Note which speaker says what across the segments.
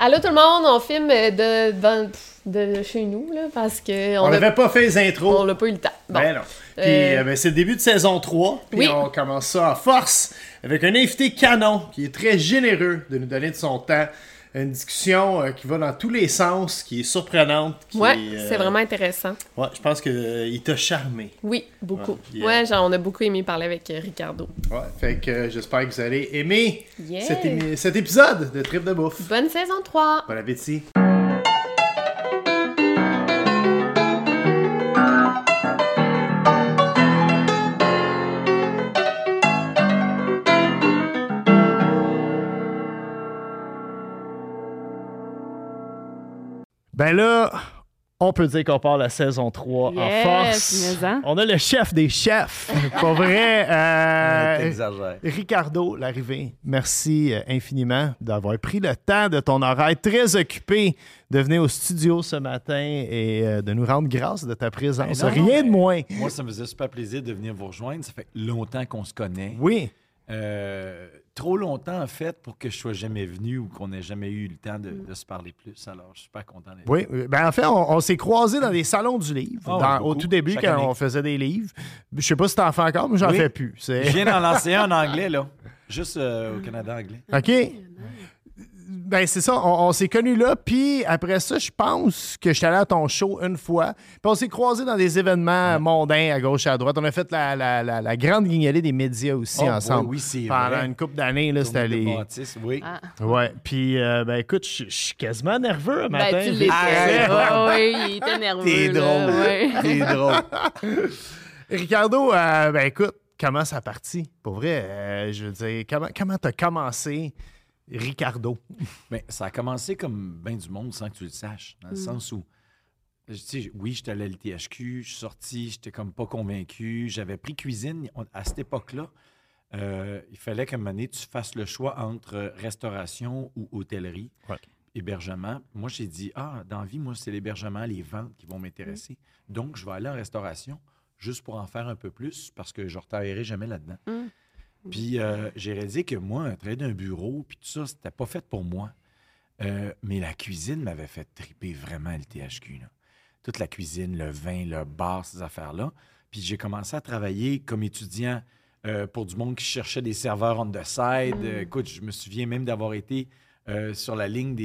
Speaker 1: Allô tout le monde, on filme de chez nous, là, parce que...
Speaker 2: On n'avait pas fait les intros.
Speaker 1: On n'a pas eu le temps. Bon.
Speaker 2: Ben non. Puis c'est le début de saison 3, puis
Speaker 1: Oui.
Speaker 2: on commence ça en force avec un invité canon qui est très généreux de nous donner de son temps. Une discussion qui va dans tous les sens, qui est surprenante.
Speaker 1: C'est vraiment intéressant.
Speaker 2: Ouais, je pense qu'il t'a charmé.
Speaker 1: Oui, beaucoup.
Speaker 2: Yeah.
Speaker 1: On a beaucoup aimé parler avec Ricardo.
Speaker 2: Ouais, fait que j'espère que vous allez aimer
Speaker 1: Yeah.
Speaker 2: cet épisode de Trip de bouffe.
Speaker 1: Bonne saison 3!
Speaker 2: Bon appétit. Ben là, on peut dire qu'on part la saison 3 en force. On a le chef des chefs. Pas vrai?
Speaker 3: T'exagères.
Speaker 2: Ricardo Larrivée, merci infiniment d'avoir pris le temps de ton horaire très occupé de venir au studio ce matin et de nous rendre grâce de ta présence.
Speaker 3: Ben non,
Speaker 2: Rien de moins.
Speaker 3: Moi, ça me faisait super plaisir de venir vous rejoindre. Ça fait longtemps qu'on se connaît.
Speaker 2: Oui.
Speaker 3: Trop longtemps, en fait, pour que je sois jamais venu ou qu'on n'ait jamais eu le temps de se parler plus. Alors, je suis super content d'être
Speaker 2: Oui. Ben, en fait, on s'est croisés dans des salons du livre au tout début
Speaker 3: Chaque
Speaker 2: quand
Speaker 3: année.
Speaker 2: on faisait des livres. Je sais pas si t'en fais encore, mais j'en fais plus.
Speaker 3: Je viens d'en lancer un en anglais, là. Juste au Canada anglais.
Speaker 2: OK. Ben, c'est ça. On s'est connus là. Puis après ça, je pense que je suis allé à ton show une fois. Puis on s'est croisés dans des événements mondains à gauche et à droite. On a fait la grande guignolée des médias aussi ensemble.
Speaker 3: Oui, c'est
Speaker 2: Pendant
Speaker 3: vrai.
Speaker 2: une couple d'années, là, c'était
Speaker 3: Tournée de
Speaker 2: les...
Speaker 3: bâtisse, oui.
Speaker 2: Ouais. Puis, ben, écoute, je suis quasiment nerveux un matin.
Speaker 1: Ben, tu l'étais. Oui, il était nerveux.
Speaker 3: T'es
Speaker 1: là,
Speaker 3: drôle.
Speaker 1: ouais.
Speaker 3: T'es drôle.
Speaker 2: Ricardo, ben, écoute, comment ça a parti? Pour vrai, je veux dire, comment t'as commencé, Ricardo?
Speaker 3: Ben, ça a commencé comme bien du monde sans que tu le saches. Dans le sens où, tu sais, oui, j'étais allé à l'ITHQ, je suis sorti, j'étais comme pas convaincu. J'avais pris cuisine. À cette époque-là, il fallait qu'à un moment donné, tu fasses le choix entre restauration ou hôtellerie, hébergement. Moi, j'ai dit, dans la vie, moi, c'est l'hébergement, les ventes qui vont m'intéresser. Donc, je vais aller en restauration juste pour en faire un peu plus parce que je ne retravaillerai jamais là-dedans. Puis j'ai réalisé que moi, travailler d'un bureau, puis tout ça, c'était pas fait pour moi. Mais la cuisine m'avait fait triper vraiment à l'ITHQ, là. Toute la cuisine, le vin, le bar, ces affaires-là. Puis j'ai commencé à travailler comme étudiant pour du monde qui cherchait des serveurs on the side. Écoute, je me souviens même d'avoir été sur la ligne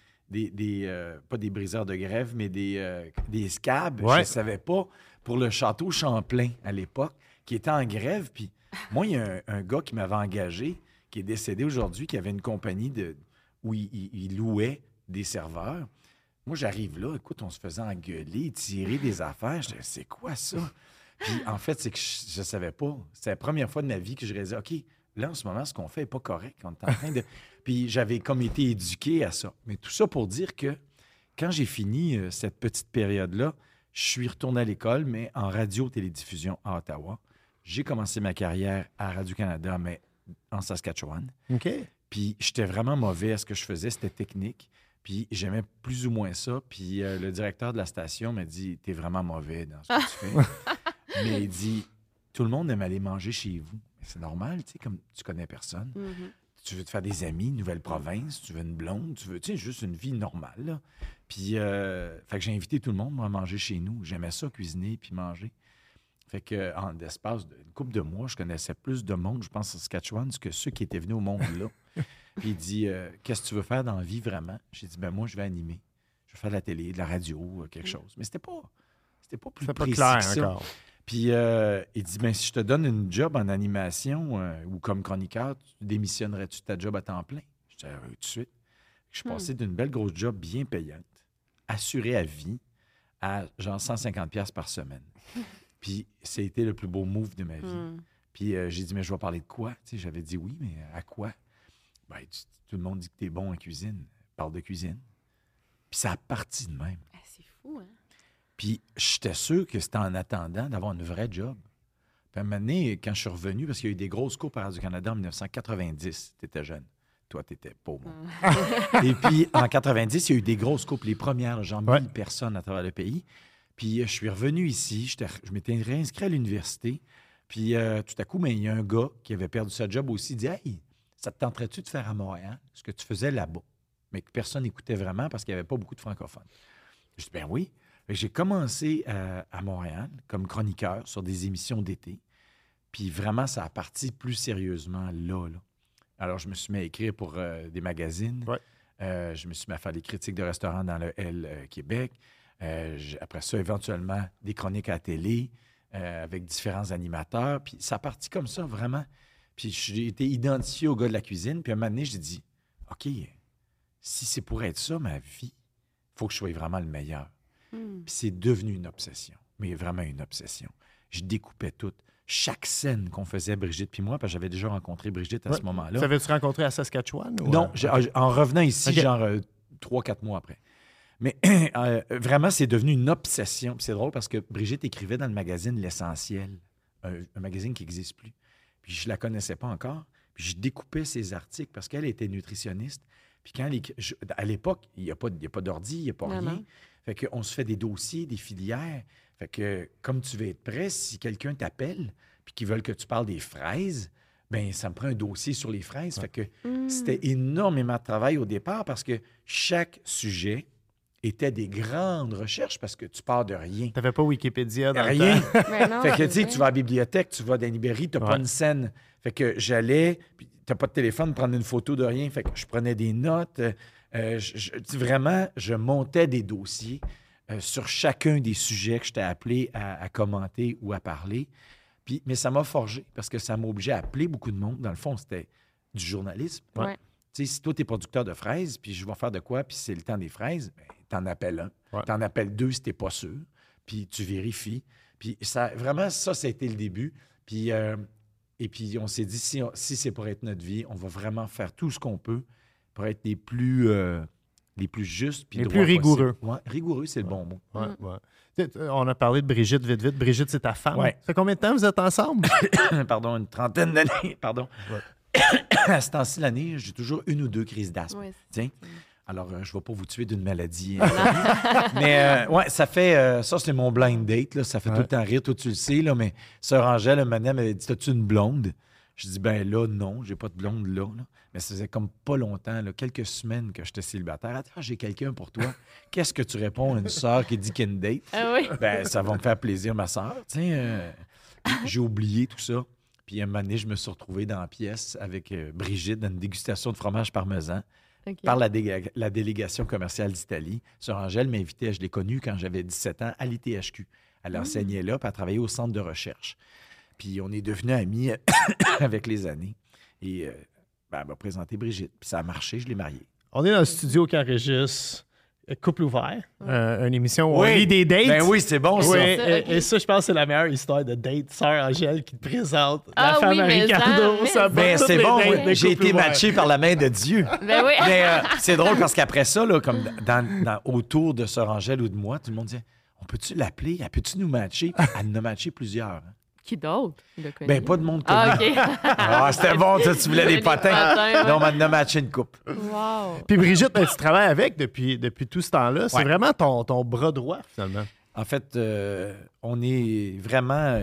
Speaker 3: pas des briseurs de grève, mais des scabs.
Speaker 2: Ouais.
Speaker 3: Je ne savais pas, pour le château Champlain à l'époque, qui était en grève. Puis moi, il y a un gars qui m'avait engagé, qui est décédé aujourd'hui, qui avait une compagnie où il louait des serveurs. Moi, j'arrive là, écoute, on se faisait engueuler, tirer des affaires. Je disais, c'est quoi ça? Puis en fait, c'est que je savais pas. C'était la première fois de ma vie que je réalisais, OK, là, en ce moment, ce qu'on fait n'est pas correct. On est en train de... Puis j'avais comme été éduqué à ça. Mais tout ça pour dire que quand j'ai fini cette petite période-là, je suis retourné à l'école, mais en radio-télédiffusion à Ottawa. J'ai commencé ma carrière à Radio-Canada, mais en Saskatchewan.
Speaker 2: OK.
Speaker 3: Puis j'étais vraiment mauvais à ce que je faisais, c'était technique. Puis j'aimais plus ou moins ça. Puis le directeur de la station m'a dit, t'es vraiment mauvais dans ce que tu fais. Mais il dit, tout le monde aime aller manger chez vous. Mais c'est normal, tu sais, comme tu connais personne. Tu veux te faire des amis, une nouvelle province, tu veux une blonde, tu veux, tu sais, juste une vie normale, là. Puis, fait que j'ai invité tout le monde moi, à manger chez nous. J'aimais ça, cuisiner puis manger. Fait que, en l'espace d'une couple de mois, je connaissais plus de monde, je pense, en Saskatchewan, que ceux qui étaient venus au monde là. Puis il dit, qu'est-ce que tu veux faire dans la vie vraiment? J'ai dit, ben moi, je vais animer. Je vais faire de la télé, de la radio, quelque chose. Mais c'était pas plus
Speaker 2: C'est pas
Speaker 3: précis
Speaker 2: clair
Speaker 3: que ça.
Speaker 2: encore.
Speaker 3: Puis il dit, ben si je te donne une job en animation ou comme chroniqueur, démissionnerais-tu de ta job à temps plein? Je dis, tout de suite. Je suis passé d'une belle grosse job bien payante, assurée à vie, à genre 150$ par semaine. Puis c'était le plus beau move de ma vie. Puis j'ai dit, mais je vais parler de quoi? Tu sais, j'avais dit oui, mais à quoi? Ben, tout le monde dit que tu es bon en cuisine. Parle de cuisine. Puis ça a parti de même.
Speaker 1: C'est fou, hein?
Speaker 3: Puis j'étais sûr que c'était en attendant d'avoir une vraie job. Puis à un moment donné, quand je suis revenu, parce qu'il y a eu des grosses coupes à Radio-Canada en 1990, tu étais jeune. Toi, tu étais pauvre. Et puis en 90, il y a eu des grosses coupes, les premières, genre 1000 personnes à travers le pays. Puis je suis revenu ici, je m'étais réinscrit à l'université. Puis tout à coup, il y a un gars qui avait perdu sa job aussi, il dit « Hey, ça te tenterait-tu de faire à Montréal ce que tu faisais là-bas? » mais que personne n'écoutait vraiment parce qu'il n'y avait pas beaucoup de francophones. Je dis, ben oui. Fait que j'ai commencé à Montréal comme chroniqueur sur des émissions d'été. Puis vraiment, ça a parti plus sérieusement là. Alors, je me suis mis à écrire pour des magazines.
Speaker 2: Ouais.
Speaker 3: Je me suis mis à faire des critiques de restaurants dans le L Québec. Après ça, éventuellement, des chroniques à la télé avec différents animateurs. Puis ça a parti comme ça, vraiment. Puis j'ai été identifié au gars de la cuisine. Puis à un moment donné, j'ai dit, OK, si c'est pour être ça, ma vie, il faut que je sois vraiment le meilleur. Puis c'est devenu une obsession, mais vraiment une obsession. Je découpais tout. Chaque scène qu'on faisait, Brigitte puis moi, parce que j'avais déjà rencontré Brigitte à ce moment-là.
Speaker 2: T'avais-tu rencontré à Saskatchewan? Ou
Speaker 3: Non, en revenant ici, genre 3-4 mois après. Mais vraiment, c'est devenu une obsession. Puis c'est drôle parce que Brigitte écrivait dans le magazine L'Essentiel, un magazine qui n'existe plus. Puis je la connaissais pas encore. Puis je découpais ses articles parce qu'elle était nutritionniste. Puis à l'époque, il n'y a pas d'ordi, il n'y a pas rien.
Speaker 1: Non.
Speaker 3: Fait qu'on se fait des dossiers, des filières. Fait que, comme tu veux être prêt, si quelqu'un t'appelle puis qu'ils veulent que tu parles des fraises, bien, ça me prend un dossier sur les fraises. Fait que c'était énormément de travail au départ parce que chaque sujet était des grandes recherches parce que tu pars de rien.
Speaker 2: T'avais pas Wikipédia dans
Speaker 3: Rien.
Speaker 2: le temps.
Speaker 1: Ben non,
Speaker 3: Fait que,
Speaker 1: c'est
Speaker 3: tu sais,
Speaker 1: vrai.
Speaker 3: tu vas à la bibliothèque, tu vas dans une librairie, tu n'as pas une scène. Fait que j'allais, puis tu n'as pas de téléphone, prendre une photo de rien. Fait que je prenais des notes. Vraiment, je montais des dossiers sur chacun des sujets que j'étais appelé à commenter ou à parler. Mais ça m'a forgé parce que ça m'a obligé à appeler beaucoup de monde. Dans le fond, c'était du journalisme.
Speaker 1: Ouais.
Speaker 3: Tu sais, si toi, tu es producteur de fraises, puis je vais faire de quoi, puis c'est le temps des fraises, bien, t'en appelles un.
Speaker 2: Ouais.
Speaker 3: T'en appelles deux si t'es pas sûr. Puis tu vérifies. Puis ça, vraiment, ça a été le début. Puis, et puis, on s'est dit, si c'est pour être notre vie, on va vraiment faire tout ce qu'on peut pour être les plus justes. Puis
Speaker 2: Les
Speaker 3: droits
Speaker 2: plus rigoureux.
Speaker 3: possibles. Ouais, rigoureux, c'est le bon mot.
Speaker 2: Ouais. Tu sais, on a parlé de Brigitte vite. Brigitte, c'est ta femme.
Speaker 3: Ouais.
Speaker 2: Ça fait combien de temps vous êtes ensemble?
Speaker 3: Pardon, une trentaine d'années. Pardon.
Speaker 2: Ouais.
Speaker 3: À ce temps-ci de l'année, j'ai toujours une ou deux crises d'asthme.
Speaker 1: Ouais,
Speaker 3: Tiens. Alors, je ne vais pas vous tuer d'une maladie. Mais ouais, ça fait... ça, c'est mon blind date. Là. Ça fait tout le temps rire. Toi, tu le sais. Là, mais Sœur Angèle, un moment donné, elle m'avait dit, as-tu une blonde? Je dis, ben là, non, j'ai pas de blonde là. Mais ça faisait comme pas longtemps, là, quelques semaines que j'étais célibataire. Attends, j'ai quelqu'un pour toi. Qu'est-ce que tu réponds à une sœur qui dit qu'il y a une date?
Speaker 1: Ah oui?
Speaker 3: Ben, ça va me faire plaisir, ma sœur. Tiens, j'ai oublié tout ça. Puis un moment donné, je me suis retrouvé dans la pièce avec Brigitte dans une dégustation de fromage parmesan par la délégation commerciale d'Italie. Sœur Angèle m'invitait, je l'ai connue quand j'avais 17 ans, à l'ITHQ. Elle enseignait là, puis elle travaillait au centre de recherche. Puis on est devenus amis avec les années. Et elle m'a présenté Brigitte. Puis ça a marché, je l'ai mariée.
Speaker 2: On est dans le studio qui enregistre Couple ouvert, une émission où on
Speaker 3: Oui.
Speaker 2: lit des dates.
Speaker 3: Ben oui, c'est bon, ça.
Speaker 2: Oui,
Speaker 1: ça, ok.
Speaker 2: et ça, je pense que c'est la meilleure histoire de date. Sœur Angèle qui te présente la
Speaker 1: Ah
Speaker 2: femme
Speaker 1: oui,
Speaker 2: à
Speaker 1: mais
Speaker 2: Ricardo.
Speaker 1: mais
Speaker 2: Ça bat
Speaker 3: Ben,
Speaker 2: toutes
Speaker 3: c'est
Speaker 2: les
Speaker 3: bon,
Speaker 2: dates
Speaker 3: oui.
Speaker 2: de
Speaker 3: J'ai
Speaker 2: couple
Speaker 3: été
Speaker 2: ouvert.
Speaker 3: matché par la main de Dieu.
Speaker 1: Ben oui.
Speaker 3: Mais c'est drôle parce qu'après ça, là, comme autour de Sœur Angèle ou de moi, tout le monde disait, on peut-tu l'appeler? Elle peut-tu nous matcher? Puis elle en a matché plusieurs. Hein.
Speaker 1: Qui d'autre? Le connu?
Speaker 3: Ben, pas de monde connu.
Speaker 1: Ah, OK.
Speaker 3: Ah, c'était bon, toi, tu voulais des potins.
Speaker 1: potins, ouais.
Speaker 3: Non, on m'en a matché une coupe.
Speaker 1: Wow.
Speaker 2: Puis Brigitte, ben, tu travailles avec depuis tout ce temps-là. C'est
Speaker 3: Ouais.
Speaker 2: vraiment ton bras droit, finalement.
Speaker 3: En fait, on est vraiment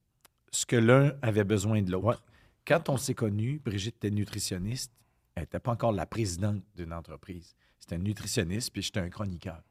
Speaker 3: ce que l'un avait besoin de l'autre.
Speaker 2: Ouais.
Speaker 3: Quand on s'est connus, Brigitte était nutritionniste. Elle n'était pas encore la présidente d'une entreprise. C'était une nutritionniste, puis j'étais un chroniqueur.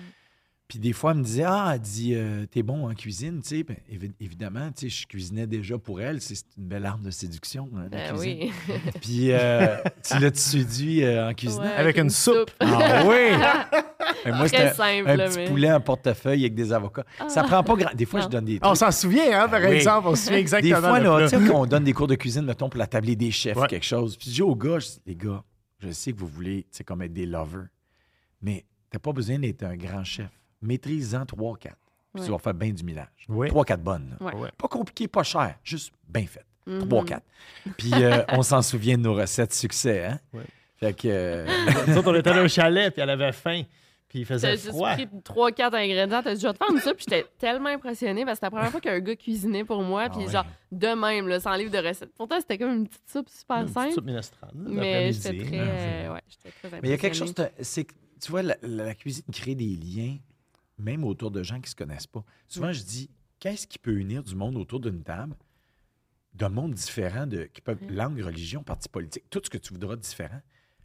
Speaker 3: Puis des fois, elle me disait, elle dit, t'es bon en cuisine, tu sais. Ben, évidemment, tu sais, je cuisinais déjà pour elle. C'est une belle arme de séduction, hein, la
Speaker 1: Ben
Speaker 3: cuisine.
Speaker 1: oui.
Speaker 3: Puis tu l'as-tu séduit en cuisinant?
Speaker 1: Ouais,
Speaker 2: Avec une soupe.
Speaker 3: Ah oui! Et moi,
Speaker 1: Très
Speaker 3: c'était
Speaker 1: simple,
Speaker 3: un
Speaker 1: là,
Speaker 3: petit
Speaker 1: mais-
Speaker 3: poulet en portefeuille avec des avocats. Ça prend pas grand... Des fois,
Speaker 1: Non.
Speaker 3: je donne des
Speaker 2: On
Speaker 3: trucs.
Speaker 2: s'en souvient, hein, par
Speaker 3: Oui.
Speaker 2: exemple. On se souvient
Speaker 3: Des
Speaker 2: exactement
Speaker 3: fois,
Speaker 2: de
Speaker 3: là,
Speaker 2: ça.
Speaker 3: tu sais, quand on donne des cours de cuisine, mettons, pour la tablée des chefs,
Speaker 2: Ouais.
Speaker 3: quelque chose. Puis je dis aux gars, je dis, les gars, je sais que vous voulez, tu sais, comme être des lovers, mais t'as pas besoin d'être un grand chef. Maîtrise-en 3-4. Puis
Speaker 1: Ouais.
Speaker 3: tu vas faire bien du millage.
Speaker 2: Oui.
Speaker 3: 3-4 bonnes. là.
Speaker 1: Ouais.
Speaker 2: Ouais.
Speaker 3: Pas compliqué, pas cher, juste bien fait.
Speaker 1: Mhm.
Speaker 3: 3-4. Puis on s'en souvient de nos recettes succès, hein?
Speaker 2: Ouais.
Speaker 3: Fait que...
Speaker 2: Nous autres, on était allés au chalet, puis elle avait faim, puis il
Speaker 1: T'as
Speaker 2: faisait
Speaker 1: juste
Speaker 2: froid.
Speaker 1: pris 3-4 ingrédients, t'as dit, je vais te faire ça, puis j'étais tellement impressionnée parce que c'était la première fois qu'un gars cuisinait pour moi, puis
Speaker 3: ouais.
Speaker 1: genre, de même, là, sans livre de recettes. Pourtant, c'était comme une petite soupe super
Speaker 2: Une petite
Speaker 1: simple,
Speaker 2: soupe minestrone,
Speaker 1: mais
Speaker 2: l'après-midi,
Speaker 1: j'étais très,
Speaker 2: hein.
Speaker 1: ouais, j'étais très impressionnée.
Speaker 3: Mais il y a quelque chose, c'est que, tu vois, la cuisine crée des liens, même autour de gens qui ne se connaissent pas. Souvent, je dis, qu'est-ce qui peut unir du monde autour d'une table, d'un monde différent, qui peuvent langue, religion, parti politique, tout ce que tu voudras différent,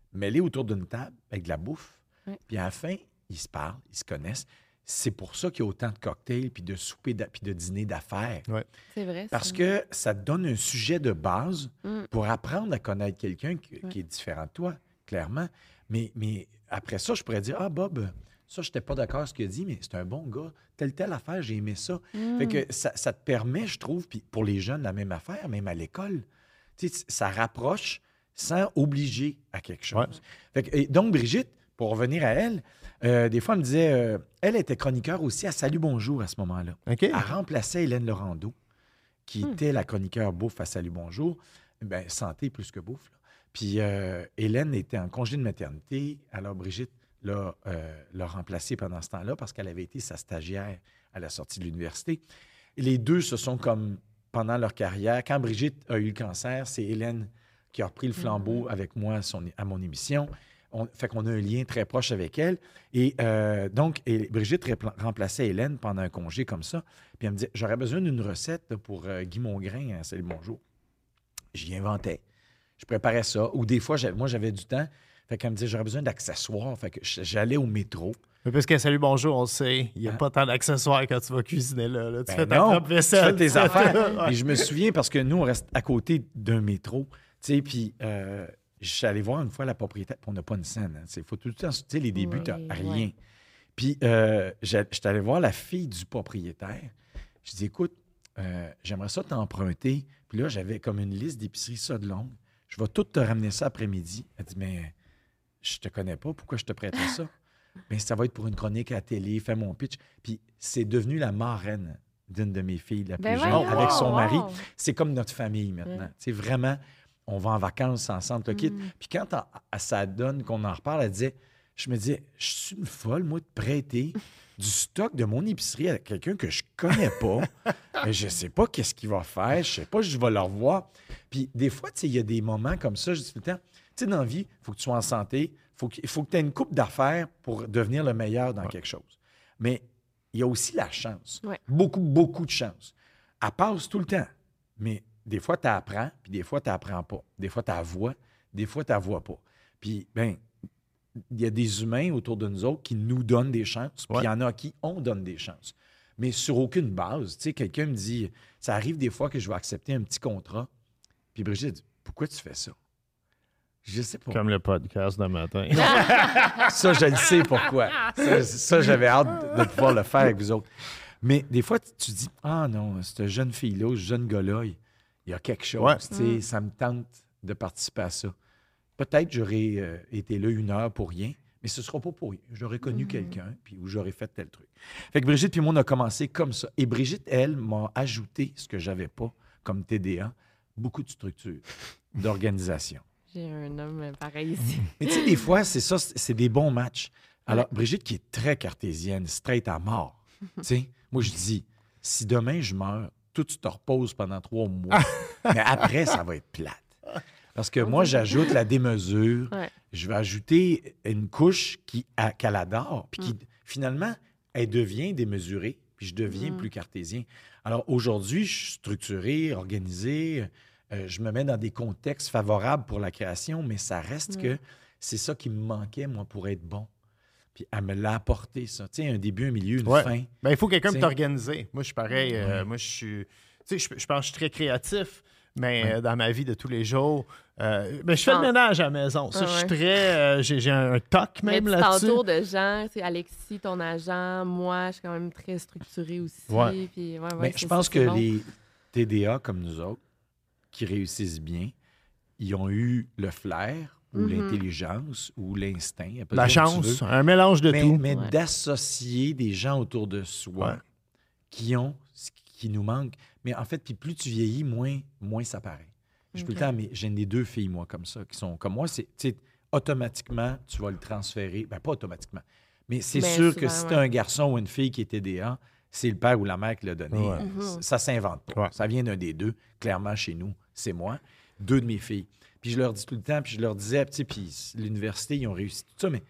Speaker 3: mêlés autour d'une table avec de la bouffe.
Speaker 1: Ouais.
Speaker 3: Puis à la fin, ils se parlent, ils se connaissent. C'est pour ça qu'il y a autant de cocktails, puis de soupers, puis de dîners d'affaires.
Speaker 1: C'est vrai.
Speaker 3: Parce
Speaker 1: ça.
Speaker 3: que ça te donne un sujet de base
Speaker 1: Mm.
Speaker 3: pour apprendre à connaître quelqu'un qui est différent de toi, clairement. Mais après ça, je pourrais dire, ah, Bob, ça, je n'étais pas d'accord avec ce qu'il a dit, mais c'est un bon gars. Telle affaire, j'ai aimé ça. Fait que ça te permet, je trouve, puis pour les jeunes, la même affaire, même à l'école. Tu sais, ça rapproche sans obliger à quelque chose.
Speaker 2: Ouais.
Speaker 3: Fait que, et donc, Brigitte, pour revenir à elle, des fois, elle me disait, elle était chroniqueur aussi à Salut Bonjour à ce moment-là.
Speaker 2: OK.
Speaker 3: Elle remplaçait Hélène Laurando, qui était la chroniqueur bouffe à Salut Bonjour. Ben, santé plus que bouffe. Là. Puis Hélène était en congé de maternité. Alors Brigitte l'a remplacée pendant ce temps-là parce qu'elle avait été sa stagiaire à la sortie de l'université. Et les deux se sont comme, pendant leur carrière, quand Brigitte a eu le cancer, c'est Hélène qui a repris le flambeau avec moi à mon émission. Fait qu'on a un lien très proche avec elle. Et donc, Brigitte remplaçait Hélène pendant un congé comme ça. Puis elle me dit, j'aurais besoin d'une recette là, pour Guy Mongrain à Salut Bonjour. J'y inventais. Je préparais ça. Ou des fois, moi, j'avais du temps. Fait qu'elle me disait, j'aurais besoin d'accessoires. Fait que j'allais au métro.
Speaker 2: Mais parce que Salut Bonjour, on le sait, il n'y a pas tant d'accessoires quand tu vas cuisiner là. Tu
Speaker 3: Ben
Speaker 2: fais ta
Speaker 3: non,
Speaker 2: propre vaisselle.
Speaker 3: tu fais tes
Speaker 2: tu sais.
Speaker 3: affaires.
Speaker 2: Ouais.
Speaker 3: Et je me souviens parce que nous, on reste à côté d'un métro. Tu sais, puis je suis allé voir une fois la propriétaire. Puis on n'a pas une scène. Il faut tout le temps, tu sais, les débuts, tu n'as rien.
Speaker 1: Ouais.
Speaker 3: Puis j'étais allé voir la fille du propriétaire. Je dis, écoute, j'aimerais ça t'emprunter. Puis là, j'avais comme une liste d'épiceries ça de longue. Je vais tout te ramener ça après-midi. Elle dit, mais je te connais pas. Pourquoi je te prêterais ça? Bien, ça va être pour une chronique à la télé, fais mon pitch. Puis c'est devenu la marraine d'une de mes filles, la plus
Speaker 1: Ben
Speaker 3: jeune,
Speaker 1: voyons!
Speaker 3: avec son
Speaker 1: Wow!
Speaker 3: mari. C'est comme notre famille maintenant. C'est vraiment, on va en vacances ensemble, le kit. Puis quand ça donne qu'on en reparle, elle disait, je me disais, je suis une folle, moi, de prêter du stock de mon épicerie à quelqu'un que je connais pas. Mais je sais pas qu'est-ce qu'il va faire. Je sais pas si je vais le revoir. Puis des fois, tu sais, il y a des moments comme ça, je dis tout le temps, tu sais, dans la vie, il faut que tu sois en santé. Il faut que tu aies une coupe d'affaires pour devenir le meilleur dans quelque chose. Mais il y a aussi la chance.
Speaker 1: Ouais.
Speaker 3: Beaucoup, beaucoup de chance. Elle passe tout le temps. Mais des fois, tu apprends, puis des fois, tu n'apprends pas. Des fois, tu vois, des fois, tu vois pas. Puis, bien, il y a des humains autour de nous autres qui nous donnent des chances, puis il y en a à qui on donne des chances. Mais sur aucune base. Tu sais, quelqu'un me dit, ça arrive des fois que je vais accepter un petit contrat. Puis Brigitte dit, pourquoi tu fais ça? Je sais pas.
Speaker 2: Comme le podcast de matin.
Speaker 3: Ça, je le sais pourquoi. Ça, j'avais hâte de pouvoir le faire avec vous autres. Mais des fois, tu dis, ah non, cette jeune fille-là, ce jeune gars-là, il y a quelque chose.
Speaker 2: Ouais.
Speaker 3: Tu sais, ça me tente de participer à ça. Peut-être j'aurais été là 1 heure pour rien, mais ce ne sera pas pour rien. J'aurais connu quelqu'un, puis où j'aurais fait tel truc. Fait que Brigitte puis moi, on a commencé comme ça. Et Brigitte, elle, m'a ajouté ce que j'avais pas comme TDA, beaucoup de structure, d'organisation.
Speaker 1: J'ai un homme pareil ici.
Speaker 3: Mais tu sais, des fois, c'est ça, c'est des bons matchs. Alors, Brigitte, qui est très cartésienne, straight à mort, tu sais, moi, je dis, si demain, je meurs, toi, tu te reposes pendant 3 mois, mais après, ça va être plate. Parce que moi, j'ajoute la démesure, je vais ajouter une couche qu'elle adore, puis qui, finalement, elle devient démesurée, puis je deviens plus cartésien. Alors, aujourd'hui, je suis structuré, organisé, je me mets dans des contextes favorables pour la création, mais ça reste que c'est ça qui me manquait, moi, pour être bon. Puis elle me l'a apporté, ça. Tu sais, un début, un milieu, une fin.
Speaker 2: Ben, il faut quelqu'un pour
Speaker 3: T'sais.
Speaker 2: t'organiser. Moi, je suis pareil. Moi, je suis... Tu sais, je pense que je suis très créatif, mais dans ma vie de tous les jours... ben, je fais le ménage à la maison. Ça, je suis très... j'ai un toc même
Speaker 1: Mais tu
Speaker 2: là-dessus.
Speaker 1: t'entoures de gens, tu sais, Alexis, ton agent, moi, je suis quand même très structurée aussi.
Speaker 2: Ouais.
Speaker 1: Puis,
Speaker 3: Mais je pense que les TDA comme nous autres, qui réussissent bien, ils ont eu le flair ou l'intelligence ou l'instinct.
Speaker 2: La chance, un mélange de tout.
Speaker 3: Mais d'associer des gens autour de soi qui ont ce qui nous manque. Mais en fait, puis plus tu vieillis, moins ça paraît. Je peux le temps, mais j'ai des 2 filles, moi, comme ça, qui sont comme moi. C'est, tu sais, automatiquement, tu vas le transférer. Ben, pas automatiquement. Mais c'est sûr que si tu as un garçon ou une fille qui est TDA, c'est le père ou la mère qui l'a donné.
Speaker 2: Ouais.
Speaker 3: Ça ne s'invente pas.
Speaker 2: Ouais.
Speaker 3: Ça vient d'un des 2. Clairement, chez nous, c'est moi. 2 de mes filles. Puis je leur dis tout le temps, puis je leur disais, tu sais, puis l'université, ils ont réussi tout ça, mais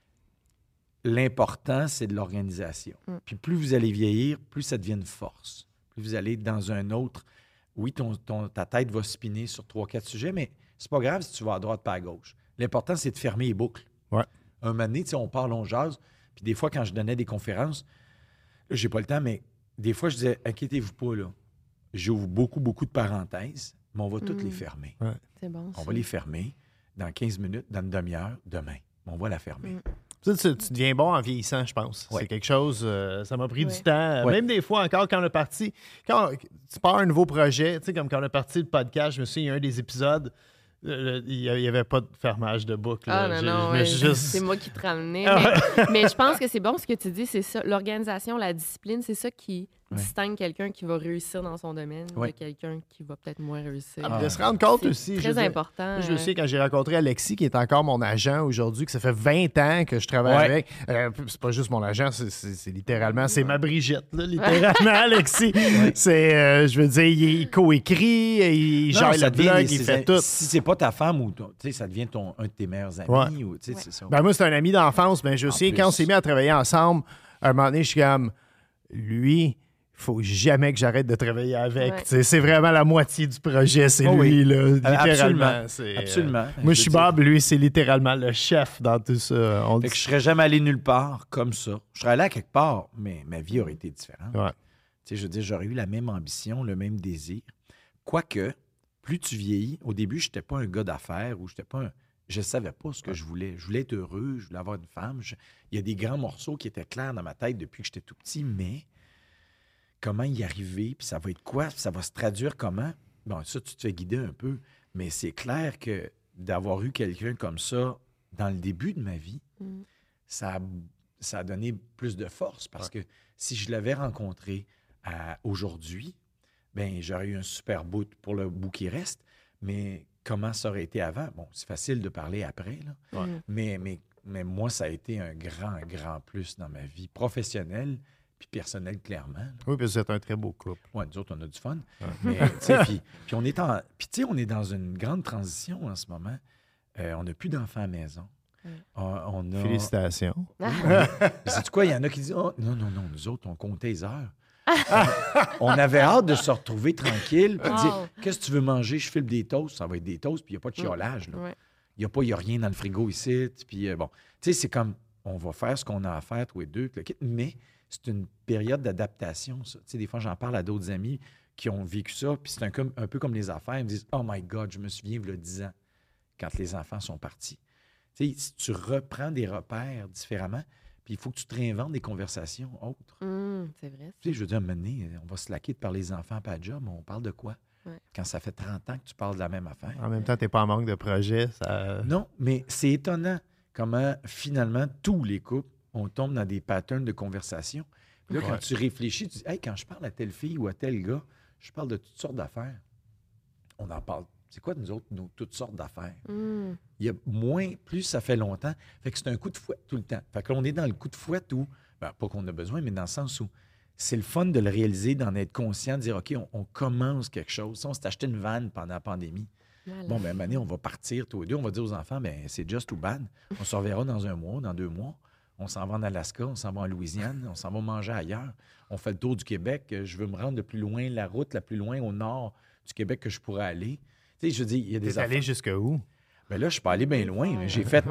Speaker 3: l'important, c'est de l'organisation. Puis plus vous allez vieillir, plus ça devient une force. Plus vous allez dans un autre... Oui, ta tête va spinner sur 3-4 sujets, mais c'est pas grave si tu vas à droite pas à gauche. L'important, c'est de fermer les boucles.
Speaker 2: Ouais.
Speaker 3: Un moment donné, on parle, on jase. Puis des fois, quand je donnais des conférences, là, j'ai pas le temps, mais des fois, je disais, inquiétez-vous pas, là. J'ouvre beaucoup, beaucoup de parenthèses, mais on va toutes les fermer.
Speaker 2: Ouais.
Speaker 1: C'est bon.
Speaker 3: On va les fermer dans 15 minutes, dans une demi-heure, demain. On va la fermer.
Speaker 2: Tu deviens bon en vieillissant, je pense.
Speaker 3: Ouais.
Speaker 2: C'est quelque chose, ça m'a pris
Speaker 1: Ouais.
Speaker 2: du temps.
Speaker 3: Ouais.
Speaker 2: Même des fois, encore, quand on est parti, quand tu pars un nouveau projet, tu sais, comme quand on est parti le podcast, je me souviens, il y a un des épisodes, il n'y avait pas de fermage de boucle.
Speaker 1: Ah
Speaker 2: là.
Speaker 1: non, non,
Speaker 2: Je me
Speaker 1: ouais,
Speaker 2: suis juste-
Speaker 1: c'est moi qui te ramenais.
Speaker 2: Ah
Speaker 1: Mais je pense que c'est bon ce que tu dis, c'est ça. L'organisation, la discipline, c'est ça qui
Speaker 3: Ouais.
Speaker 1: distingue quelqu'un qui va réussir dans son domaine
Speaker 3: Ouais.
Speaker 1: de quelqu'un qui va peut-être moins réussir.
Speaker 2: De se rendre compte
Speaker 1: C'est
Speaker 2: aussi. je
Speaker 1: très
Speaker 2: veux dire,
Speaker 1: important.
Speaker 2: moi, je me souviens quand j'ai rencontré Alexis, qui est encore mon agent aujourd'hui, que ça fait 20 ans que je travaille
Speaker 3: Ouais.
Speaker 2: avec. C'est pas juste mon agent, c'est littéralement, c'est ma Brigitte, là, littéralement, Alexis. C'est, je veux dire, il est coécrit, il
Speaker 3: Non,
Speaker 2: gère
Speaker 3: ça
Speaker 2: le
Speaker 3: devient
Speaker 2: blog,
Speaker 3: des-
Speaker 2: il fait tout.
Speaker 3: Si c'est pas ta femme ou ça devient un de tes meilleurs amis. Ou, c'est ça.
Speaker 2: Ben, moi, c'est un ami d'enfance, mais je
Speaker 3: En
Speaker 2: sais,
Speaker 3: plus.
Speaker 2: quand on s'est mis à travailler ensemble, à un moment donné, je suis comme, lui, il faut jamais que j'arrête de travailler avec.
Speaker 1: Ouais.
Speaker 2: Tu sais, c'est vraiment la moitié du projet, c'est
Speaker 3: Oh
Speaker 2: lui,
Speaker 3: oui.
Speaker 2: là, littéralement.
Speaker 3: Absolument.
Speaker 2: C'est,
Speaker 3: Absolument.
Speaker 2: moi, je suis
Speaker 3: veux dire,
Speaker 2: Bob, lui, c'est littéralement le chef dans tout ça. On
Speaker 3: Fait
Speaker 2: dit...
Speaker 3: que je serais jamais allé nulle part comme ça. Je serais allé à quelque part, mais ma vie aurait été différente.
Speaker 2: Ouais.
Speaker 3: Tu sais, je veux dire, j'aurais eu la même ambition, le même désir. Quoique, plus tu vieillis, au début, je n'étais pas un gars d'affaires ou je ne savais pas ce que je voulais. Je voulais être heureux, je voulais avoir une femme. Il y a des grands morceaux qui étaient clairs dans ma tête depuis que j'étais tout petit, mais comment y arriver, puis ça va être quoi, puis ça va se traduire comment? Bon, ça, tu te fais guider un peu, mais c'est clair que d'avoir eu quelqu'un comme ça dans le début de ma vie, ça a donné plus de force parce que si je l'avais rencontré aujourd'hui, ben j'aurais eu un super bout pour le bout qui reste, mais comment ça aurait été avant? Bon, c'est facile de parler après, là.
Speaker 1: Ouais.
Speaker 3: Mais moi, ça a été un grand, grand plus dans ma vie professionnelle puis personnelle, clairement. là.
Speaker 2: Oui, puis c'est un très beau couple.
Speaker 3: Ouais, nous autres, on a du fun. Mais, tu sais, puis on est on est dans une grande transition en ce moment. On n'a plus d'enfants à la maison. On a...
Speaker 2: Félicitations.
Speaker 3: C'est quoi? Il y en a qui disent oh, non, nous autres, on comptait les heures. On avait hâte de se retrouver tranquille puis de dire
Speaker 1: Wow.
Speaker 3: qu'est-ce que tu veux manger? Je file des toasts, ça va être des toasts, puis il n'y a pas de chiolage. là.
Speaker 1: Ouais.
Speaker 3: Il n'y a rien dans le frigo ici. Puis bon, tu sais, c'est comme on va faire ce qu'on a à faire, tous les deux, puis le kit, mais c'est une période d'adaptation, ça. Tu sais, des fois, j'en parle à d'autres amis qui ont vécu ça, puis c'est un peu comme les affaires. Ils me disent oh my God, je me souviens, il y a 10 ans, quand les enfants sont partis. Tu sais, si tu reprends des repères différemment, puis il faut que tu te réinventes des conversations autres.
Speaker 1: C'est vrai.
Speaker 3: Tu sais, je veux dire, à un moment donné, on va se laquer de parler des enfants pas de job, mais on parle de quoi?
Speaker 1: Ouais.
Speaker 3: Quand ça fait 30 ans que tu parles de la même affaire.
Speaker 2: En même temps, tu n'es pas en manque de projet. Ça...
Speaker 3: Non, mais c'est étonnant comment, finalement, tous les couples, on tombe dans des patterns de conversation. Puis là, quand
Speaker 2: Ouais.
Speaker 3: tu réfléchis, tu dis, hey, quand je parle à telle fille ou à tel gars, je parle de toutes sortes d'affaires. On en parle. C'est quoi, nous autres, toutes sortes d'affaires? Il y a moins, plus ça fait longtemps. Fait que c'est un coup de fouette tout le temps. Fait que là, on est dans le coup de fouette où, ben, pas qu'on a besoin, mais dans le sens où c'est le fun de le réaliser, d'en être conscient, de dire, OK, on commence quelque chose. Si on s'est acheté une vanne pendant la pandémie,
Speaker 1: Voilà.
Speaker 3: bon, ben, à un moment donné, on va partir tous les deux. On va dire aux enfants, ben c'est just too bad. On se reverra dans un mois, dans 2 mois. On s'en va en Alaska, on s'en va en Louisiane, on s'en va manger ailleurs. On fait le tour du Québec. Je veux me rendre le plus loin, la route la plus loin au nord du Québec que je pourrais aller. Tu sais, je dis, il y a des
Speaker 2: T'es allé
Speaker 3: affaires.
Speaker 2: jusqu'où?
Speaker 3: Ben là, je suis pas allé bien loin. J'ai fait...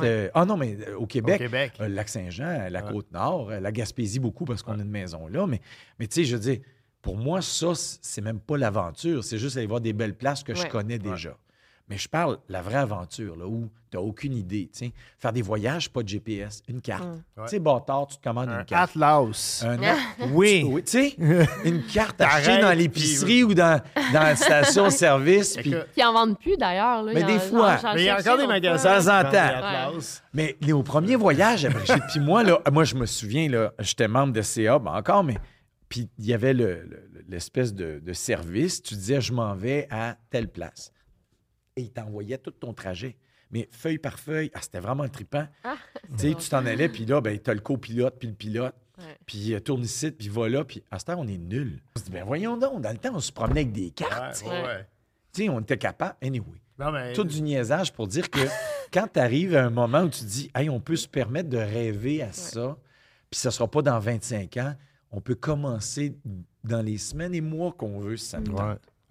Speaker 3: au Québec.
Speaker 2: Au Québec.
Speaker 3: Le Lac-Saint-Jean, la Côte-Nord, la Gaspésie beaucoup parce qu'on a une maison là. Mais tu sais, je veux dire, pour moi, ça, c'est même pas l'aventure. C'est juste aller voir des belles places que je
Speaker 1: Ouais.
Speaker 3: connais déjà. Mais je parle la vraie aventure, là, où tu n'as aucune idée. Tu sais. Faire des voyages, pas de GPS, une carte.
Speaker 2: Ouais.
Speaker 3: Tu sais, bâtard, tu te commandes
Speaker 2: Un
Speaker 3: une carte.
Speaker 2: Atlas.
Speaker 3: Oui, tu sais, une carte achetée
Speaker 2: T'arrêtes,
Speaker 3: dans l'épicerie ou dans la station-service. Puis...
Speaker 2: Écoute,
Speaker 1: Qui en vendent plus d'ailleurs. Là.
Speaker 3: Mais
Speaker 1: Il y
Speaker 3: des
Speaker 1: en-
Speaker 3: fois.
Speaker 1: j'en
Speaker 2: mais il y a
Speaker 1: cherchais
Speaker 2: encore des
Speaker 1: l'autre
Speaker 2: magasins.
Speaker 3: De temps en
Speaker 2: qui vendent des
Speaker 3: temps.
Speaker 2: Atlas.
Speaker 3: Mais au premier voyage, puis moi, là, moi, je me souviens, là, j'étais membre de CA, ben encore, mais puis il y avait l'espèce de service. Tu disais, je m'en vais à telle place. Et il t'envoyait tout ton trajet. Mais feuille par feuille, c'était vraiment trippant. Tu sais, tu t'en allais, puis là, ben, tu as le copilote, puis le pilote,
Speaker 1: Ouais.
Speaker 3: puis tourne ici, puis va là, puis à cette heure, on est nuls. On se dit, ben voyons donc, dans le temps, on se promenait avec des cartes.
Speaker 2: Ouais, ouais, ouais.
Speaker 3: Tu sais, on était capable. Anyway.
Speaker 2: Non, mais...
Speaker 3: Tout du niaisage pour dire que quand tu arrives à un moment où tu te dis, hey, on peut se permettre de rêver à ça, puis ça ne sera pas dans 25 ans, on peut commencer dans les semaines et mois qu'on veut, si ça nous tente.
Speaker 2: Ouais.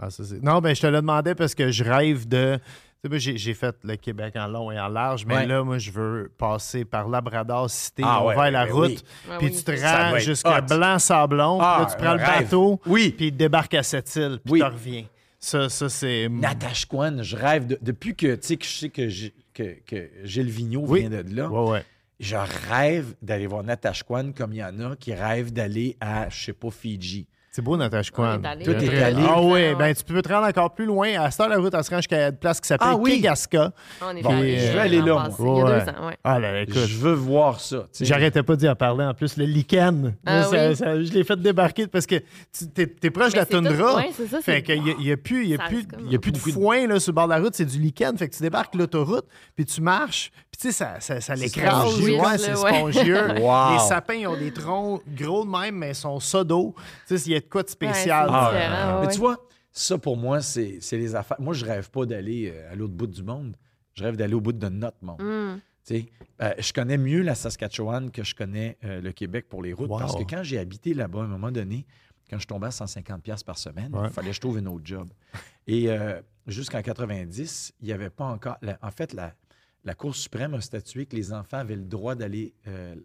Speaker 2: Ah, non, ben je te le demandais parce que je rêve de... Tu sais, moi, j'ai fait le Québec en long et en large, mais là, moi, je veux passer par Labrador Cité, vers la route,
Speaker 3: oui.
Speaker 2: puis
Speaker 1: Oui.
Speaker 2: tu te
Speaker 3: Ça
Speaker 2: rends
Speaker 3: doit être
Speaker 2: jusqu'à
Speaker 3: hot.
Speaker 2: Blanc-Sablon, puis là, tu prends
Speaker 3: un
Speaker 2: le
Speaker 3: rêve.
Speaker 2: bateau,
Speaker 3: Oui.
Speaker 2: puis il débarque à Sept-Îles, puis
Speaker 3: Oui.
Speaker 2: tu reviens. Ça, c'est...
Speaker 3: Natashquan, je rêve depuis que, tu sais, que je sais que Gilles Vigneault
Speaker 2: Oui.
Speaker 3: vient de là.
Speaker 2: Ouais.
Speaker 3: Je rêve d'aller voir Natashquan comme il y en a qui rêvent d'aller à, je sais pas, Fidji.
Speaker 2: C'est beau, Natashquan.
Speaker 1: On est allé.
Speaker 3: Tout est allé.
Speaker 2: Ah oui,
Speaker 1: Ouais.
Speaker 2: ben tu peux te rendre encore plus loin. À cette heure, la route, elle se rend jusqu'à une place qui s'appelle
Speaker 3: Ah oui.
Speaker 2: Kegaska.
Speaker 1: On est
Speaker 3: Bon,
Speaker 1: allé,
Speaker 3: je vais aller là,
Speaker 1: l'an
Speaker 3: moi.
Speaker 1: passé, il y a
Speaker 2: Ouais.
Speaker 1: 2 ans, ouais.
Speaker 2: Ah là, écoute.
Speaker 3: Je veux voir ça. tu sais.
Speaker 2: J'arrêtais pas d'y en parler. En plus, le lichen,
Speaker 1: Ah
Speaker 2: moi,
Speaker 1: oui.
Speaker 2: je l'ai fait débarquer parce que t'es proche de la
Speaker 1: Mais c'est tout-
Speaker 2: toundra.
Speaker 1: ouais, c'est ça,
Speaker 2: Fait
Speaker 1: c'est-
Speaker 2: qu'il n'y a plus,
Speaker 1: Ça reste comme-
Speaker 2: de foin là, sur le bord de la route, c'est du lichen. Fait que tu débarques l'autoroute, puis tu marches, puis tu sais, ça l'écrase.
Speaker 3: spongieux,
Speaker 2: Ouais,
Speaker 1: là,
Speaker 2: c'est
Speaker 1: ouais.
Speaker 2: spongieux.
Speaker 3: Wow.
Speaker 2: Les sapins, ils ont des troncs gros de même, mais ils sont ça d'eau. Tu sais, il y a de quoi de spécial.
Speaker 1: Ouais, c'est différent,
Speaker 3: Mais
Speaker 1: ouais.
Speaker 3: tu vois, ça pour moi, c'est les affaires. Moi, je rêve pas d'aller à l'autre bout du monde. Je rêve d'aller au bout de notre monde.
Speaker 1: Mm.
Speaker 3: Tu sais, je connais mieux la Saskatchewan que je connais le Québec pour les routes.
Speaker 2: Wow.
Speaker 3: Parce que quand j'ai habité là-bas, à un moment donné, quand je tombais à 150$ par semaine, il fallait que je trouve une autre job. Et jusqu'en 90, il n'y avait pas encore... la Cour suprême a statué que les enfants avaient le droit d'aller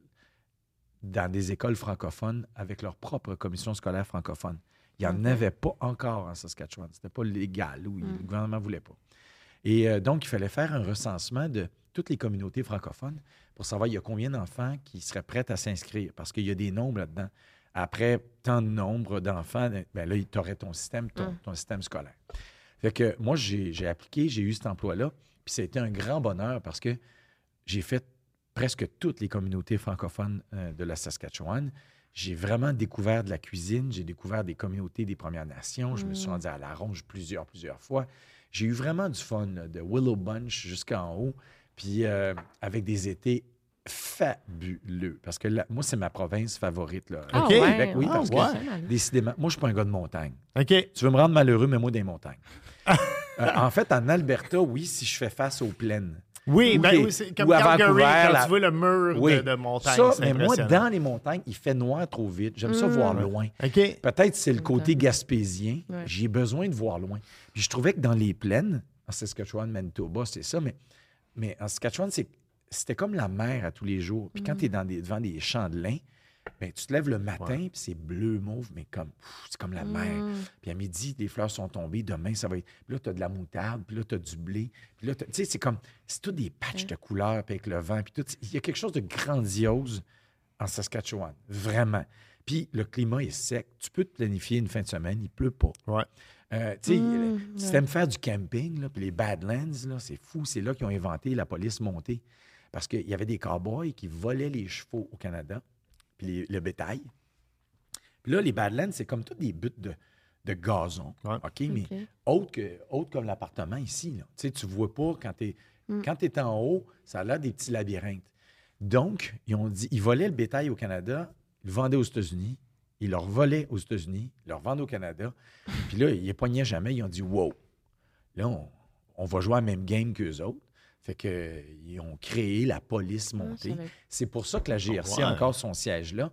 Speaker 3: dans des écoles francophones avec leur propre commission scolaire francophone. Il n'y en avait pas encore en Saskatchewan. Ce n'était pas légal ou le gouvernement ne voulait pas. Et donc, il fallait faire un recensement de toutes les communautés francophones pour savoir il y a combien d'enfants qui seraient prêts à s'inscrire. Parce qu'il y a des nombres là-dedans. Après tant de nombre d'enfants, ben là, tu aurais ton système scolaire. Fait que moi, j'ai appliqué, j'ai eu cet emploi-là. Puis ça a été un grand bonheur parce que j'ai fait presque toutes les communautés francophones de la Saskatchewan. J'ai vraiment découvert de la cuisine, j'ai découvert des communautés des Premières Nations. Je me suis rendu à La Ronge plusieurs fois. J'ai eu vraiment du fun, là, de Willow Bunch jusqu'en haut, puis avec des étés fabuleux. Parce que là, moi, c'est ma province favorite. Là,
Speaker 1: Ah
Speaker 2: OK.
Speaker 1: ouais,
Speaker 3: Québec, oui, parce
Speaker 2: ouais.
Speaker 3: que décidément, moi, je ne suis pas un gars de montagne.
Speaker 2: OK.
Speaker 3: Tu veux me rendre malheureux, mais moi, des montagnes. En fait, en Alberta, oui, si je fais face aux plaines.
Speaker 2: Oui,
Speaker 3: Ou
Speaker 2: oui, c'est comme
Speaker 3: ou à
Speaker 2: Calgary,
Speaker 3: Vancouver,
Speaker 2: quand tu vois le mur
Speaker 3: Oui.
Speaker 2: de montagne.
Speaker 3: Ça,
Speaker 2: c'est
Speaker 3: mais moi,
Speaker 2: impressionnant.
Speaker 3: dans les montagnes, il fait noir trop vite. J'aime ça voir loin.
Speaker 2: OK.
Speaker 3: Peut-être c'est le côté gaspésien.
Speaker 1: Ouais.
Speaker 3: J'ai besoin de voir loin. Puis je trouvais que dans les plaines, en Saskatchewan, Manitoba, c'est ça, mais en Saskatchewan, c'était comme la mer à tous les jours. Puis quand tu es devant des champs de lin, ben, tu te lèves le matin, puis c'est bleu, mauve, mais c'est comme la mer. Puis à midi, les fleurs sont tombées. Demain, ça va être... Puis là, tu as de la moutarde, puis là, tu as du blé. Puis là, tu sais, c'est tout des patchs de couleurs, puis avec le vent, puis tout. Il y a quelque chose de grandiose en Saskatchewan, vraiment. Puis le climat est sec. Tu peux te planifier une fin de semaine, il pleut pas.
Speaker 2: Ouais.
Speaker 3: Tu sais, si t'aimes faire du camping, là, puis les Badlands, là, c'est fou. C'est là qu'ils ont inventé la police montée. Parce qu'il y avait des cow-boys qui volaient les chevaux au Canada, puis le bétail. Puis là, les Badlands, c'est comme tous des buts de gazon.
Speaker 2: Ouais.
Speaker 3: OK? Mais autre comme l'appartement ici. Là. Tu sais, tu vois pas quand tu es en haut, ça a l'air des petits labyrinthes. Donc, ils volaient le bétail au Canada, ils le vendaient aux États-Unis, ils leur volaient aux États-Unis, ils leur vendaient au Canada. Puis là, ils les pognaient jamais. Ils ont dit « Wow! Là, on va jouer à la même game qu'eux autres. » Fait qu'ils ont créé la police montée. C'est pour ça que la GRC a encore son siège là.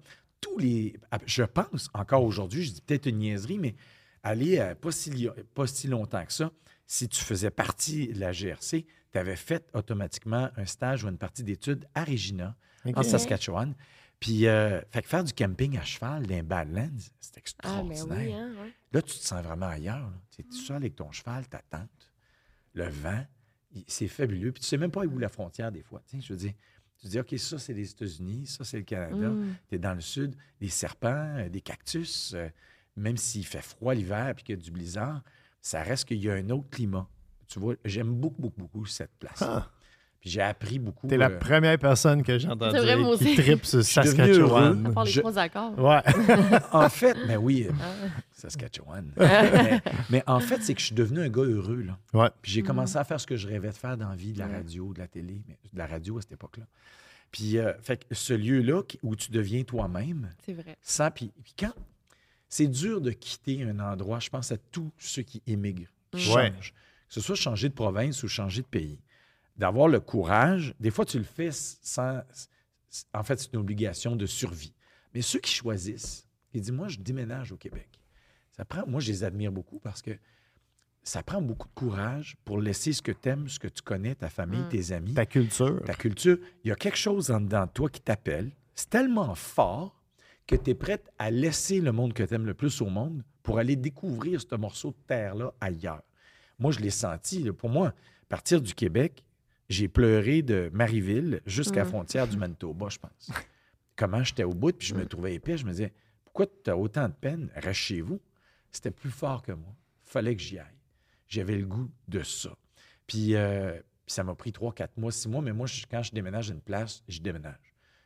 Speaker 3: Je pense, encore aujourd'hui, je dis peut-être une niaiserie, mais aller pas si longtemps que ça, si tu faisais partie de la GRC, tu avais fait automatiquement un stage ou une partie d'études à Regina, en Saskatchewan. Puis, fait que faire du camping à cheval dans les Badlands, c'est extraordinaire.
Speaker 1: Ah, mais oui, hein, ouais.
Speaker 3: Là, tu te sens vraiment ailleurs. Tu es tout seul avec ton cheval, ta tente, le vent. C'est fabuleux. Puis tu sais même pas où la frontière des fois. Tu sais, je veux dire, tu te dis, OK, ça, c'est les États-Unis, ça, c'est le Canada. Tu es dans le sud, des serpents, des cactus. Même s'il fait froid l'hiver et qu'il y a du blizzard, ça reste qu'il y a un autre climat. Tu vois, j'aime beaucoup, beaucoup, beaucoup cette place. Puis j'ai appris beaucoup.
Speaker 2: T'es la première personne que j'entends
Speaker 1: C'est vrai, moi
Speaker 2: dire qui
Speaker 1: aussi.
Speaker 2: tripe sur
Speaker 3: suis devenu heureux.
Speaker 1: À
Speaker 2: Saskatchewan.
Speaker 1: part les 3 accords.
Speaker 2: Ouais.
Speaker 3: En fait, ben oui, Saskatchewan. mais en fait, c'est que je suis devenu un gars heureux. Là.
Speaker 2: Ouais.
Speaker 3: Puis j'ai commencé à faire ce que je rêvais de faire dans la vie, de la radio, de la télé, mais de la radio à cette époque-là. Puis, fait que ce lieu-là où tu deviens toi-même,
Speaker 1: C'est vrai.
Speaker 3: sans... Puis quand... C'est dur de quitter un endroit, je pense à tous ceux qui émigrent, qui
Speaker 2: Ouais.
Speaker 3: changent. Que ce soit changer de province ou changer de pays. D'avoir le courage, des fois tu le fais sans... En fait, c'est une obligation de survie. Mais ceux qui choisissent, ils disent, moi, je déménage au Québec. Ça prend... Moi, je les admire beaucoup parce que ça prend beaucoup de courage pour laisser ce que tu aimes, ce que tu connais, ta famille, tes amis,
Speaker 2: Ta culture.
Speaker 3: ta culture. Il y a quelque chose en dedans de toi qui t'appelle. C'est tellement fort que tu es prête à laisser le monde que tu aimes le plus au monde pour aller découvrir ce morceau de terre-là ailleurs. Moi, je l'ai senti. Là. Pour moi, partir du Québec, j'ai pleuré de Marieville jusqu'à la frontière du Manitoba, je pense. Comment j'étais au bout, puis je me trouvais épais. Je me disais, pourquoi tu as autant de peine? Reste chez vous. C'était plus fort que moi. Il fallait que j'y aille. J'avais le goût de ça. Puis ça m'a pris 3, 4 mois, 6 mois, mais moi, quand je déménage d'une place, je déménage.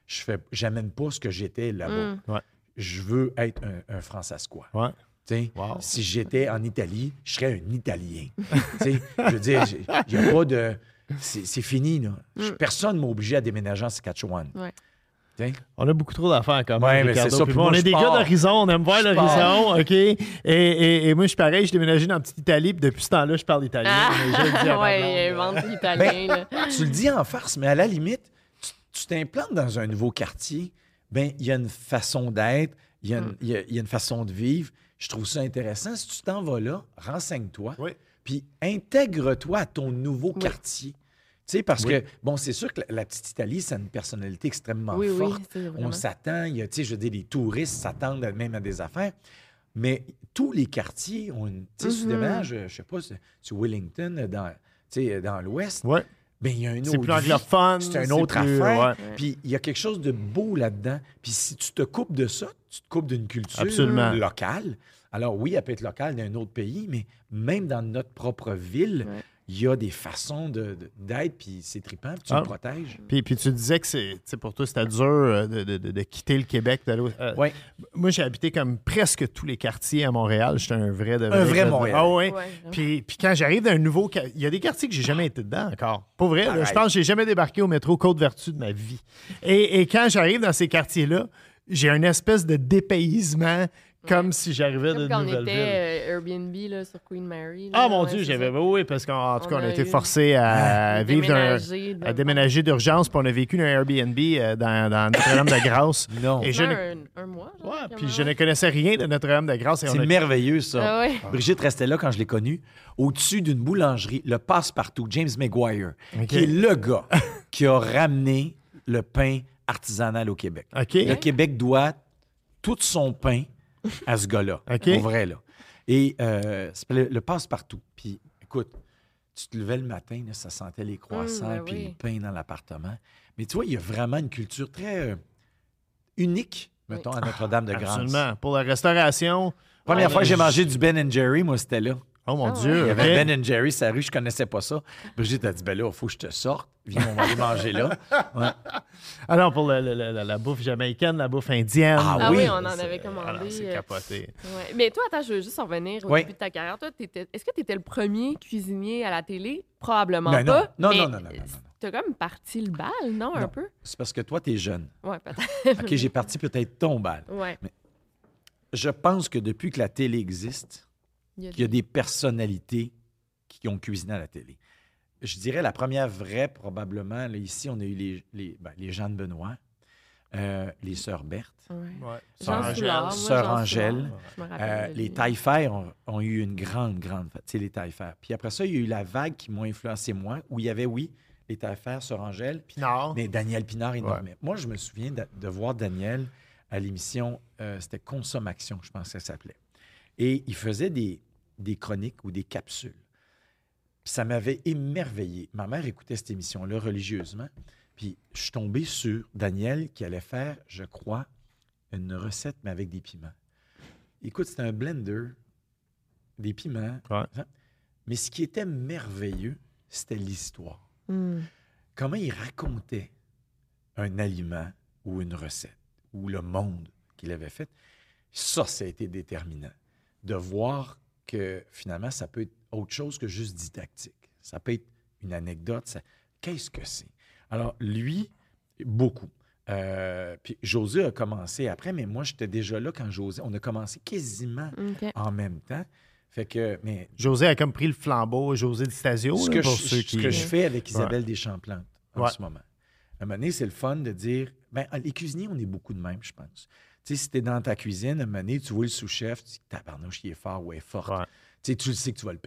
Speaker 3: J'amène pas ce que j'étais là-bas.
Speaker 2: Ouais.
Speaker 3: Je veux être un Francescois.
Speaker 2: Ouais.
Speaker 3: Wow. Si j'étais en Italie, je serais un Italien. Je veux dire, il n'y a pas de... C'est fini, là. Personne ne m'a obligé à déménager en Saskatchewan.
Speaker 1: Ouais.
Speaker 2: On a beaucoup trop d'affaires quand même,
Speaker 3: Ouais, mais
Speaker 2: Ricardo.
Speaker 3: c'est ça.
Speaker 2: Puis
Speaker 3: Puis
Speaker 2: bon,
Speaker 3: moi,
Speaker 2: on est
Speaker 3: je
Speaker 2: des
Speaker 3: pars.
Speaker 2: gars d'horizon, on aime voir
Speaker 3: Je
Speaker 2: l'horizon, OK? Et moi, je suis pareil, je déménagé dans la petite Italie, puis depuis ce temps-là, je parle italien. Mais je le dis à ma
Speaker 1: Ouais,
Speaker 2: blonde,
Speaker 1: invente l'italien. là.
Speaker 3: Tu le dis en farce, mais à la limite, tu t'implantes dans un nouveau quartier, ben il y a une façon d'être, il y a une façon de vivre. Je trouve ça intéressant. Si tu t'en vas là, renseigne-toi,
Speaker 2: Oui.
Speaker 3: puis intègre-toi à ton nouveau quartier. Tu sais, parce que, bon, c'est sûr que la petite Italie, ça a une personnalité extrêmement
Speaker 1: Oui, oui,
Speaker 3: forte.
Speaker 1: c'est vraiment.
Speaker 3: On s'attend, il y a, tu sais, je veux dire, les touristes s'attendent même à des affaires. Mais tous les quartiers ont une... Tu sais, si tu déménages, je sais pas, sur Wellington, dans l'Ouest,
Speaker 2: Ouais.
Speaker 3: ben il y a une
Speaker 2: C'est
Speaker 3: autre
Speaker 2: plus
Speaker 3: vie.
Speaker 2: anglophone.
Speaker 3: C'est une autre
Speaker 2: plus-
Speaker 3: affaire.
Speaker 2: ouais.
Speaker 3: Puis il y a quelque chose de beau là-dedans. Puis si tu te coupes de ça, tu te coupes d'une culture
Speaker 2: Absolument.
Speaker 3: locale. Alors oui, elle peut être locale d'un autre pays, mais même dans notre propre ville,
Speaker 1: Ouais.
Speaker 3: il y a des façons d'être, puis c'est trippant, puis tu le protèges.
Speaker 2: Puis tu disais que pour toi, c'était dur de quitter le Québec, d'aller
Speaker 3: Oui.
Speaker 2: Moi, j'ai habité comme presque tous les quartiers à Montréal. J'étais un vrai
Speaker 3: Montréal.
Speaker 2: Ah oui.
Speaker 1: Ouais,
Speaker 2: Puis quand j'arrive dans un nouveau... Il y a des quartiers que j'ai jamais été dedans encore. Pas vrai. Là,
Speaker 3: Arrête.
Speaker 2: je pense que j'ai jamais débarqué au métro Côte-Vertu de ma vie. Et quand j'arrive dans ces quartiers-là, j'ai une espèce de dépaysement comme si j'arrivais
Speaker 1: Comme
Speaker 2: d'une
Speaker 1: quand on
Speaker 2: nouvelle
Speaker 1: était
Speaker 2: ville.
Speaker 1: Airbnb là, sur Queen Mary.
Speaker 2: Ah
Speaker 1: là,
Speaker 2: mon
Speaker 1: ouais,
Speaker 2: Dieu,
Speaker 1: c'est
Speaker 2: j'avais...
Speaker 1: ça.
Speaker 2: Oui, parce qu'en tout cas, on a
Speaker 1: a
Speaker 2: été
Speaker 1: eu-
Speaker 2: forcés à vivre à déménager d'urgence, puis on a vécu dans un Airbnb dans Notre-Dame-de-Grâce.
Speaker 3: Non.
Speaker 2: Et je ne...
Speaker 1: un mois. genre,
Speaker 2: Ouais,
Speaker 1: quand
Speaker 2: puis
Speaker 1: même.
Speaker 2: je ne connaissais rien de Notre-Dame-de-Grâce. Et on
Speaker 3: C'est
Speaker 2: a...
Speaker 3: merveilleux, ça.
Speaker 1: Ah ouais.
Speaker 3: Brigitte restait là quand je l'ai connue, au-dessus d'une boulangerie, le passe-partout, James Maguire,
Speaker 2: OK.
Speaker 3: qui est le gars qui a ramené le pain artisanal au Québec.
Speaker 2: OK.
Speaker 3: Le Québec doit tout son pain à ce gars-là.
Speaker 2: OK.
Speaker 3: Pour vrai, là. Et ça s'appelait le passe-partout. Puis, écoute, tu te levais le matin, là, ça sentait les croissants
Speaker 1: ben
Speaker 3: puis
Speaker 1: oui.
Speaker 3: le pain dans l'appartement. Mais tu vois, il y a vraiment une culture très unique, mettons, à Notre-Dame-de-Grâce.
Speaker 2: Absolument. Pour la restauration...
Speaker 3: Première
Speaker 2: on
Speaker 3: fois
Speaker 2: a-
Speaker 3: que j'ai mangé du Ben Jerry, moi, c'était là.
Speaker 2: Oh mon
Speaker 1: Ah
Speaker 2: Dieu.
Speaker 1: ouais.
Speaker 3: Il y
Speaker 2: OK.
Speaker 3: avait Ben Jerry, sa rue, je connaissais pas ça. Brigitte a dit, ben là, il faut que je te sorte. Viens, on va aller manger là. Ouais.
Speaker 2: Ah non, pour la bouffe jamaïcaine, la bouffe indienne.
Speaker 3: Ah
Speaker 1: Ah
Speaker 3: oui,
Speaker 1: oui, on en
Speaker 2: C'est-
Speaker 1: avait commandé.
Speaker 2: ah non, c'est capoté.
Speaker 1: Ouais. Mais toi, attends, je veux juste en revenir au
Speaker 3: Oui.
Speaker 1: début de ta carrière. Toi, est-ce que tu étais le premier cuisinier à la télé? Probablement
Speaker 3: Ben non.
Speaker 1: pas.
Speaker 3: Non,
Speaker 1: mais
Speaker 3: non, non, non, non, non.
Speaker 1: T'as comme parti le bal, non, un
Speaker 3: Non.
Speaker 1: peu?
Speaker 3: C'est parce que toi, tu es jeune.
Speaker 1: Ouais, peut-être.
Speaker 3: OK, j'ai parti peut-être ton bal.
Speaker 1: Ouais.
Speaker 3: Je pense que depuis que la télé existe, il y a des personnalités qui ont cuisiné à la télé. Je dirais la première vraie, probablement, là, ici, on a eu les Jeanne Benoît, les Sœurs Berthe,
Speaker 1: Ouais.
Speaker 2: Ouais.
Speaker 1: Jean
Speaker 2: Angèle.
Speaker 1: Soulard, moi,
Speaker 3: Sœur
Speaker 1: Jean
Speaker 3: Angèle,
Speaker 1: Soulard, je me rappelle de
Speaker 3: les
Speaker 1: lui.
Speaker 3: Taillefer ont eu une grande fête. Tu sais, les Taillefer. Puis après ça, il y a eu la vague qui m'ont influencé moi, où il y avait, oui, les Taillefer, Sœur Angèle,
Speaker 2: Pinard.
Speaker 3: mais Daniel Pinard énormément.
Speaker 2: Ouais.
Speaker 3: Moi, je me souviens de voir Daniel à l'émission, c'était Consommation, je pense que ça s'appelait. Et il faisait des chroniques ou des capsules. Puis ça m'avait émerveillé. Ma mère écoutait cette émission-là religieusement. Puis je suis tombé sur Daniel qui allait faire, je crois, une recette, mais avec des piments. Écoute, c'était un blender, des piments.
Speaker 2: Ouais.
Speaker 3: Mais ce qui était merveilleux, c'était l'histoire.
Speaker 1: Hmm.
Speaker 3: Comment il racontait un aliment ou une recette ou le monde qu'il avait fait. Ça a été déterminant. De voir que finalement, ça peut être autre chose que juste didactique. Ça peut être une anecdote. Qu'est-ce que c'est? Alors, lui, beaucoup. Puis José a commencé après, mais moi, j'étais déjà là quand José... On a commencé quasiment
Speaker 1: OK.
Speaker 3: en même temps. Fait que... Mais
Speaker 2: José a comme pris le flambeau, José Di Stasio,
Speaker 3: ce
Speaker 2: là,
Speaker 3: que,
Speaker 2: pour
Speaker 3: je,
Speaker 2: ceux
Speaker 3: ce
Speaker 2: qui...
Speaker 3: que je fais avec Isabelle Deschamps-Plante en
Speaker 2: Ouais.
Speaker 3: ce moment. À un moment donné, c'est le fun de dire... Ben, les cuisiniers, on est beaucoup de même, je pense. Tu sais, si t'es dans ta cuisine, à un moment donné, tu vois le sous-chef, tu dis, tabarnouche, il est fort ou elle est forte.
Speaker 2: Ouais.
Speaker 3: Tu sais, tu le sais que tu vas le perdre.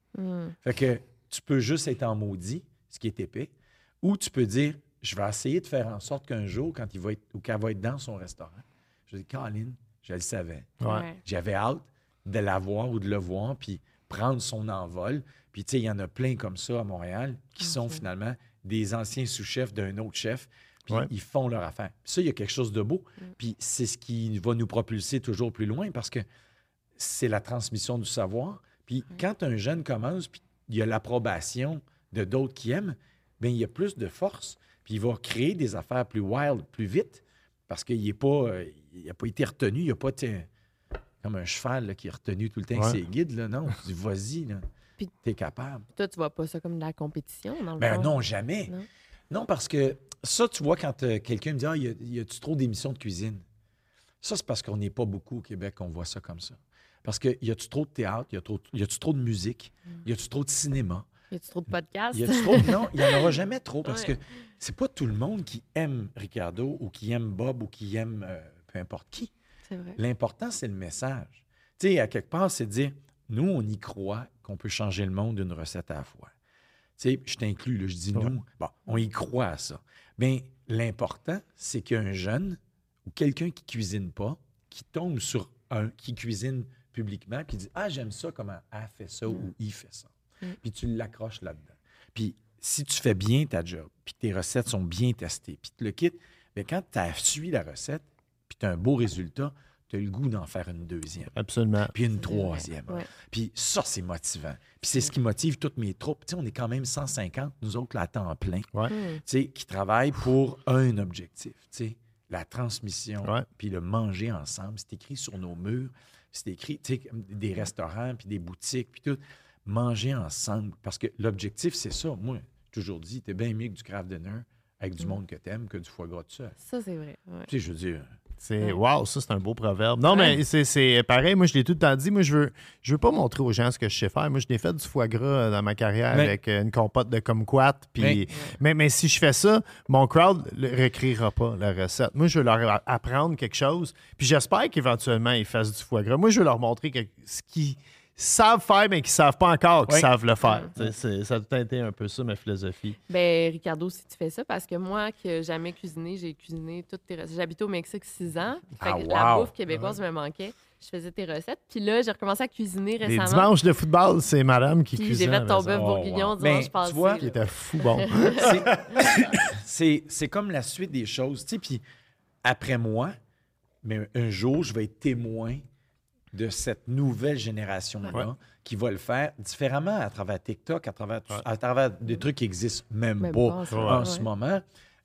Speaker 3: Fait que tu peux juste être en maudit, ce qui est épais, ou tu peux dire, je vais essayer de faire en sorte qu'un jour, quand il va être, ou qu'elle va être dans son restaurant, je dis, Caroline, je le savais.
Speaker 2: Ouais.
Speaker 3: J'avais hâte de la voir ou de le voir, puis prendre son envol. Puis, tu sais, il y en a plein comme ça à Montréal qui sont finalement des anciens sous-chefs d'un autre chef, puis ils font leur affaire. Puis ça, il y a quelque chose de beau. Puis c'est ce qui va nous propulser toujours plus loin parce que c'est la transmission du savoir. Puis quand un jeune commence, puis il y a l'approbation de d'autres qui aiment, bien, il y a plus de force. Puis il va créer des affaires plus wild, plus vite, parce qu'il n'a pas été retenu. Il n'a pas été comme un cheval là, qui est retenu tout le temps avec ses guides. Là. Non, tu dis, vas-y, t'es capable.
Speaker 1: Toi, tu vois pas ça comme de la compétition, dans le
Speaker 3: Ben
Speaker 1: fond?
Speaker 3: non, jamais. Non, parce que ça, tu vois, quand quelqu'un me dit « Ah, y a-tu trop d'émissions de cuisine? » Ça, c'est parce qu'on n'est pas beaucoup au Québec qu'on voit ça comme ça. Parce que y a-tu trop de théâtre? Y a-tu trop de musique? Y a-tu trop de cinéma?
Speaker 1: Y a-tu trop de podcasts?
Speaker 3: Non, il n'y en aura jamais trop parce que c'est pas tout le monde qui aime Ricardo ou qui aime Bob ou qui aime peu importe qui.
Speaker 1: C'est vrai.
Speaker 3: L'important, c'est le message. Tu sais, à quelque part, c'est de dire, nous, on y croit qu'on peut changer le monde d'une recette à la fois. Tu sais, je t'inclus, là, je dis nous. Bon, on y croit à ça. Bien, l'important, c'est qu'un jeune ou quelqu'un qui ne cuisine pas, qui tombe sur un qui cuisine publiquement, qui dit « Ah, j'aime ça, comment elle fait ça ou il fait ça. » Puis tu l'accroches là-dedans. Puis si tu fais bien ta job, puis que tes recettes sont bien testées, puis tu le quittes, bien, quand tu as suivi la recette, puis tu as un beau résultat, tu as le goût d'en faire une deuxième.
Speaker 2: Absolument.
Speaker 3: Puis une troisième.
Speaker 1: Ouais.
Speaker 3: Puis ça, c'est motivant. Puis c'est ce qui motive toutes mes troupes. Tu sais, on est quand même 150, nous autres, là, à temps plein, tu sais, qui travaillent pour un objectif, tu sais, la transmission, puis le manger ensemble. C'est écrit sur nos murs, c'est écrit, tu sais, des restaurants, puis des boutiques, puis tout. Manger ensemble, parce que l'objectif, c'est ça. Moi, j'ai toujours dit, t'es bien mieux que du craft dinner avec du monde que t'aimes que du foie gras tout seul.
Speaker 1: Ça, c'est vrai. Ouais.
Speaker 3: Tu sais, je veux dire...
Speaker 2: Wow, ça, c'est un beau proverbe. Non, mais c'est pareil. Moi, je l'ai tout le temps dit. Moi, je veux pas montrer aux gens ce que je sais faire. Moi, je l'ai fait du foie gras dans ma carrière avec une compote de kumquat. Puis, mais si je fais ça, mon crowd ne réécrira pas la recette. Moi, je veux leur apprendre quelque chose. Puis j'espère qu'éventuellement, ils fassent du foie gras. Moi, je veux leur montrer ce qu'ils savent faire, mais qu'ils ne savent pas encore qu'ils savent le faire. Ça a tout été un peu ça, ma philosophie.
Speaker 1: Ben, Ricardo, si tu fais ça, parce que moi, qui n'ai jamais cuisiné, j'ai cuisiné toutes tes recettes. J'habitais au Mexique 6 ans. Fait que la bouffe québécoise me manquait. Je faisais tes recettes. Puis là, j'ai recommencé à cuisiner récemment.
Speaker 2: Les dimanches de football, c'est madame qui
Speaker 1: puis
Speaker 2: cuisine.
Speaker 1: J'ai fait ton bœuf bourguignon dimanche passé. Tu vois,
Speaker 2: qui était fou bon.
Speaker 3: C'est comme la suite des choses. Tu sais, puis après moi, mais un jour, je vais être témoin de cette nouvelle génération-là qui va le faire différemment à travers TikTok, à travers des trucs qui existent même pas en ce moment.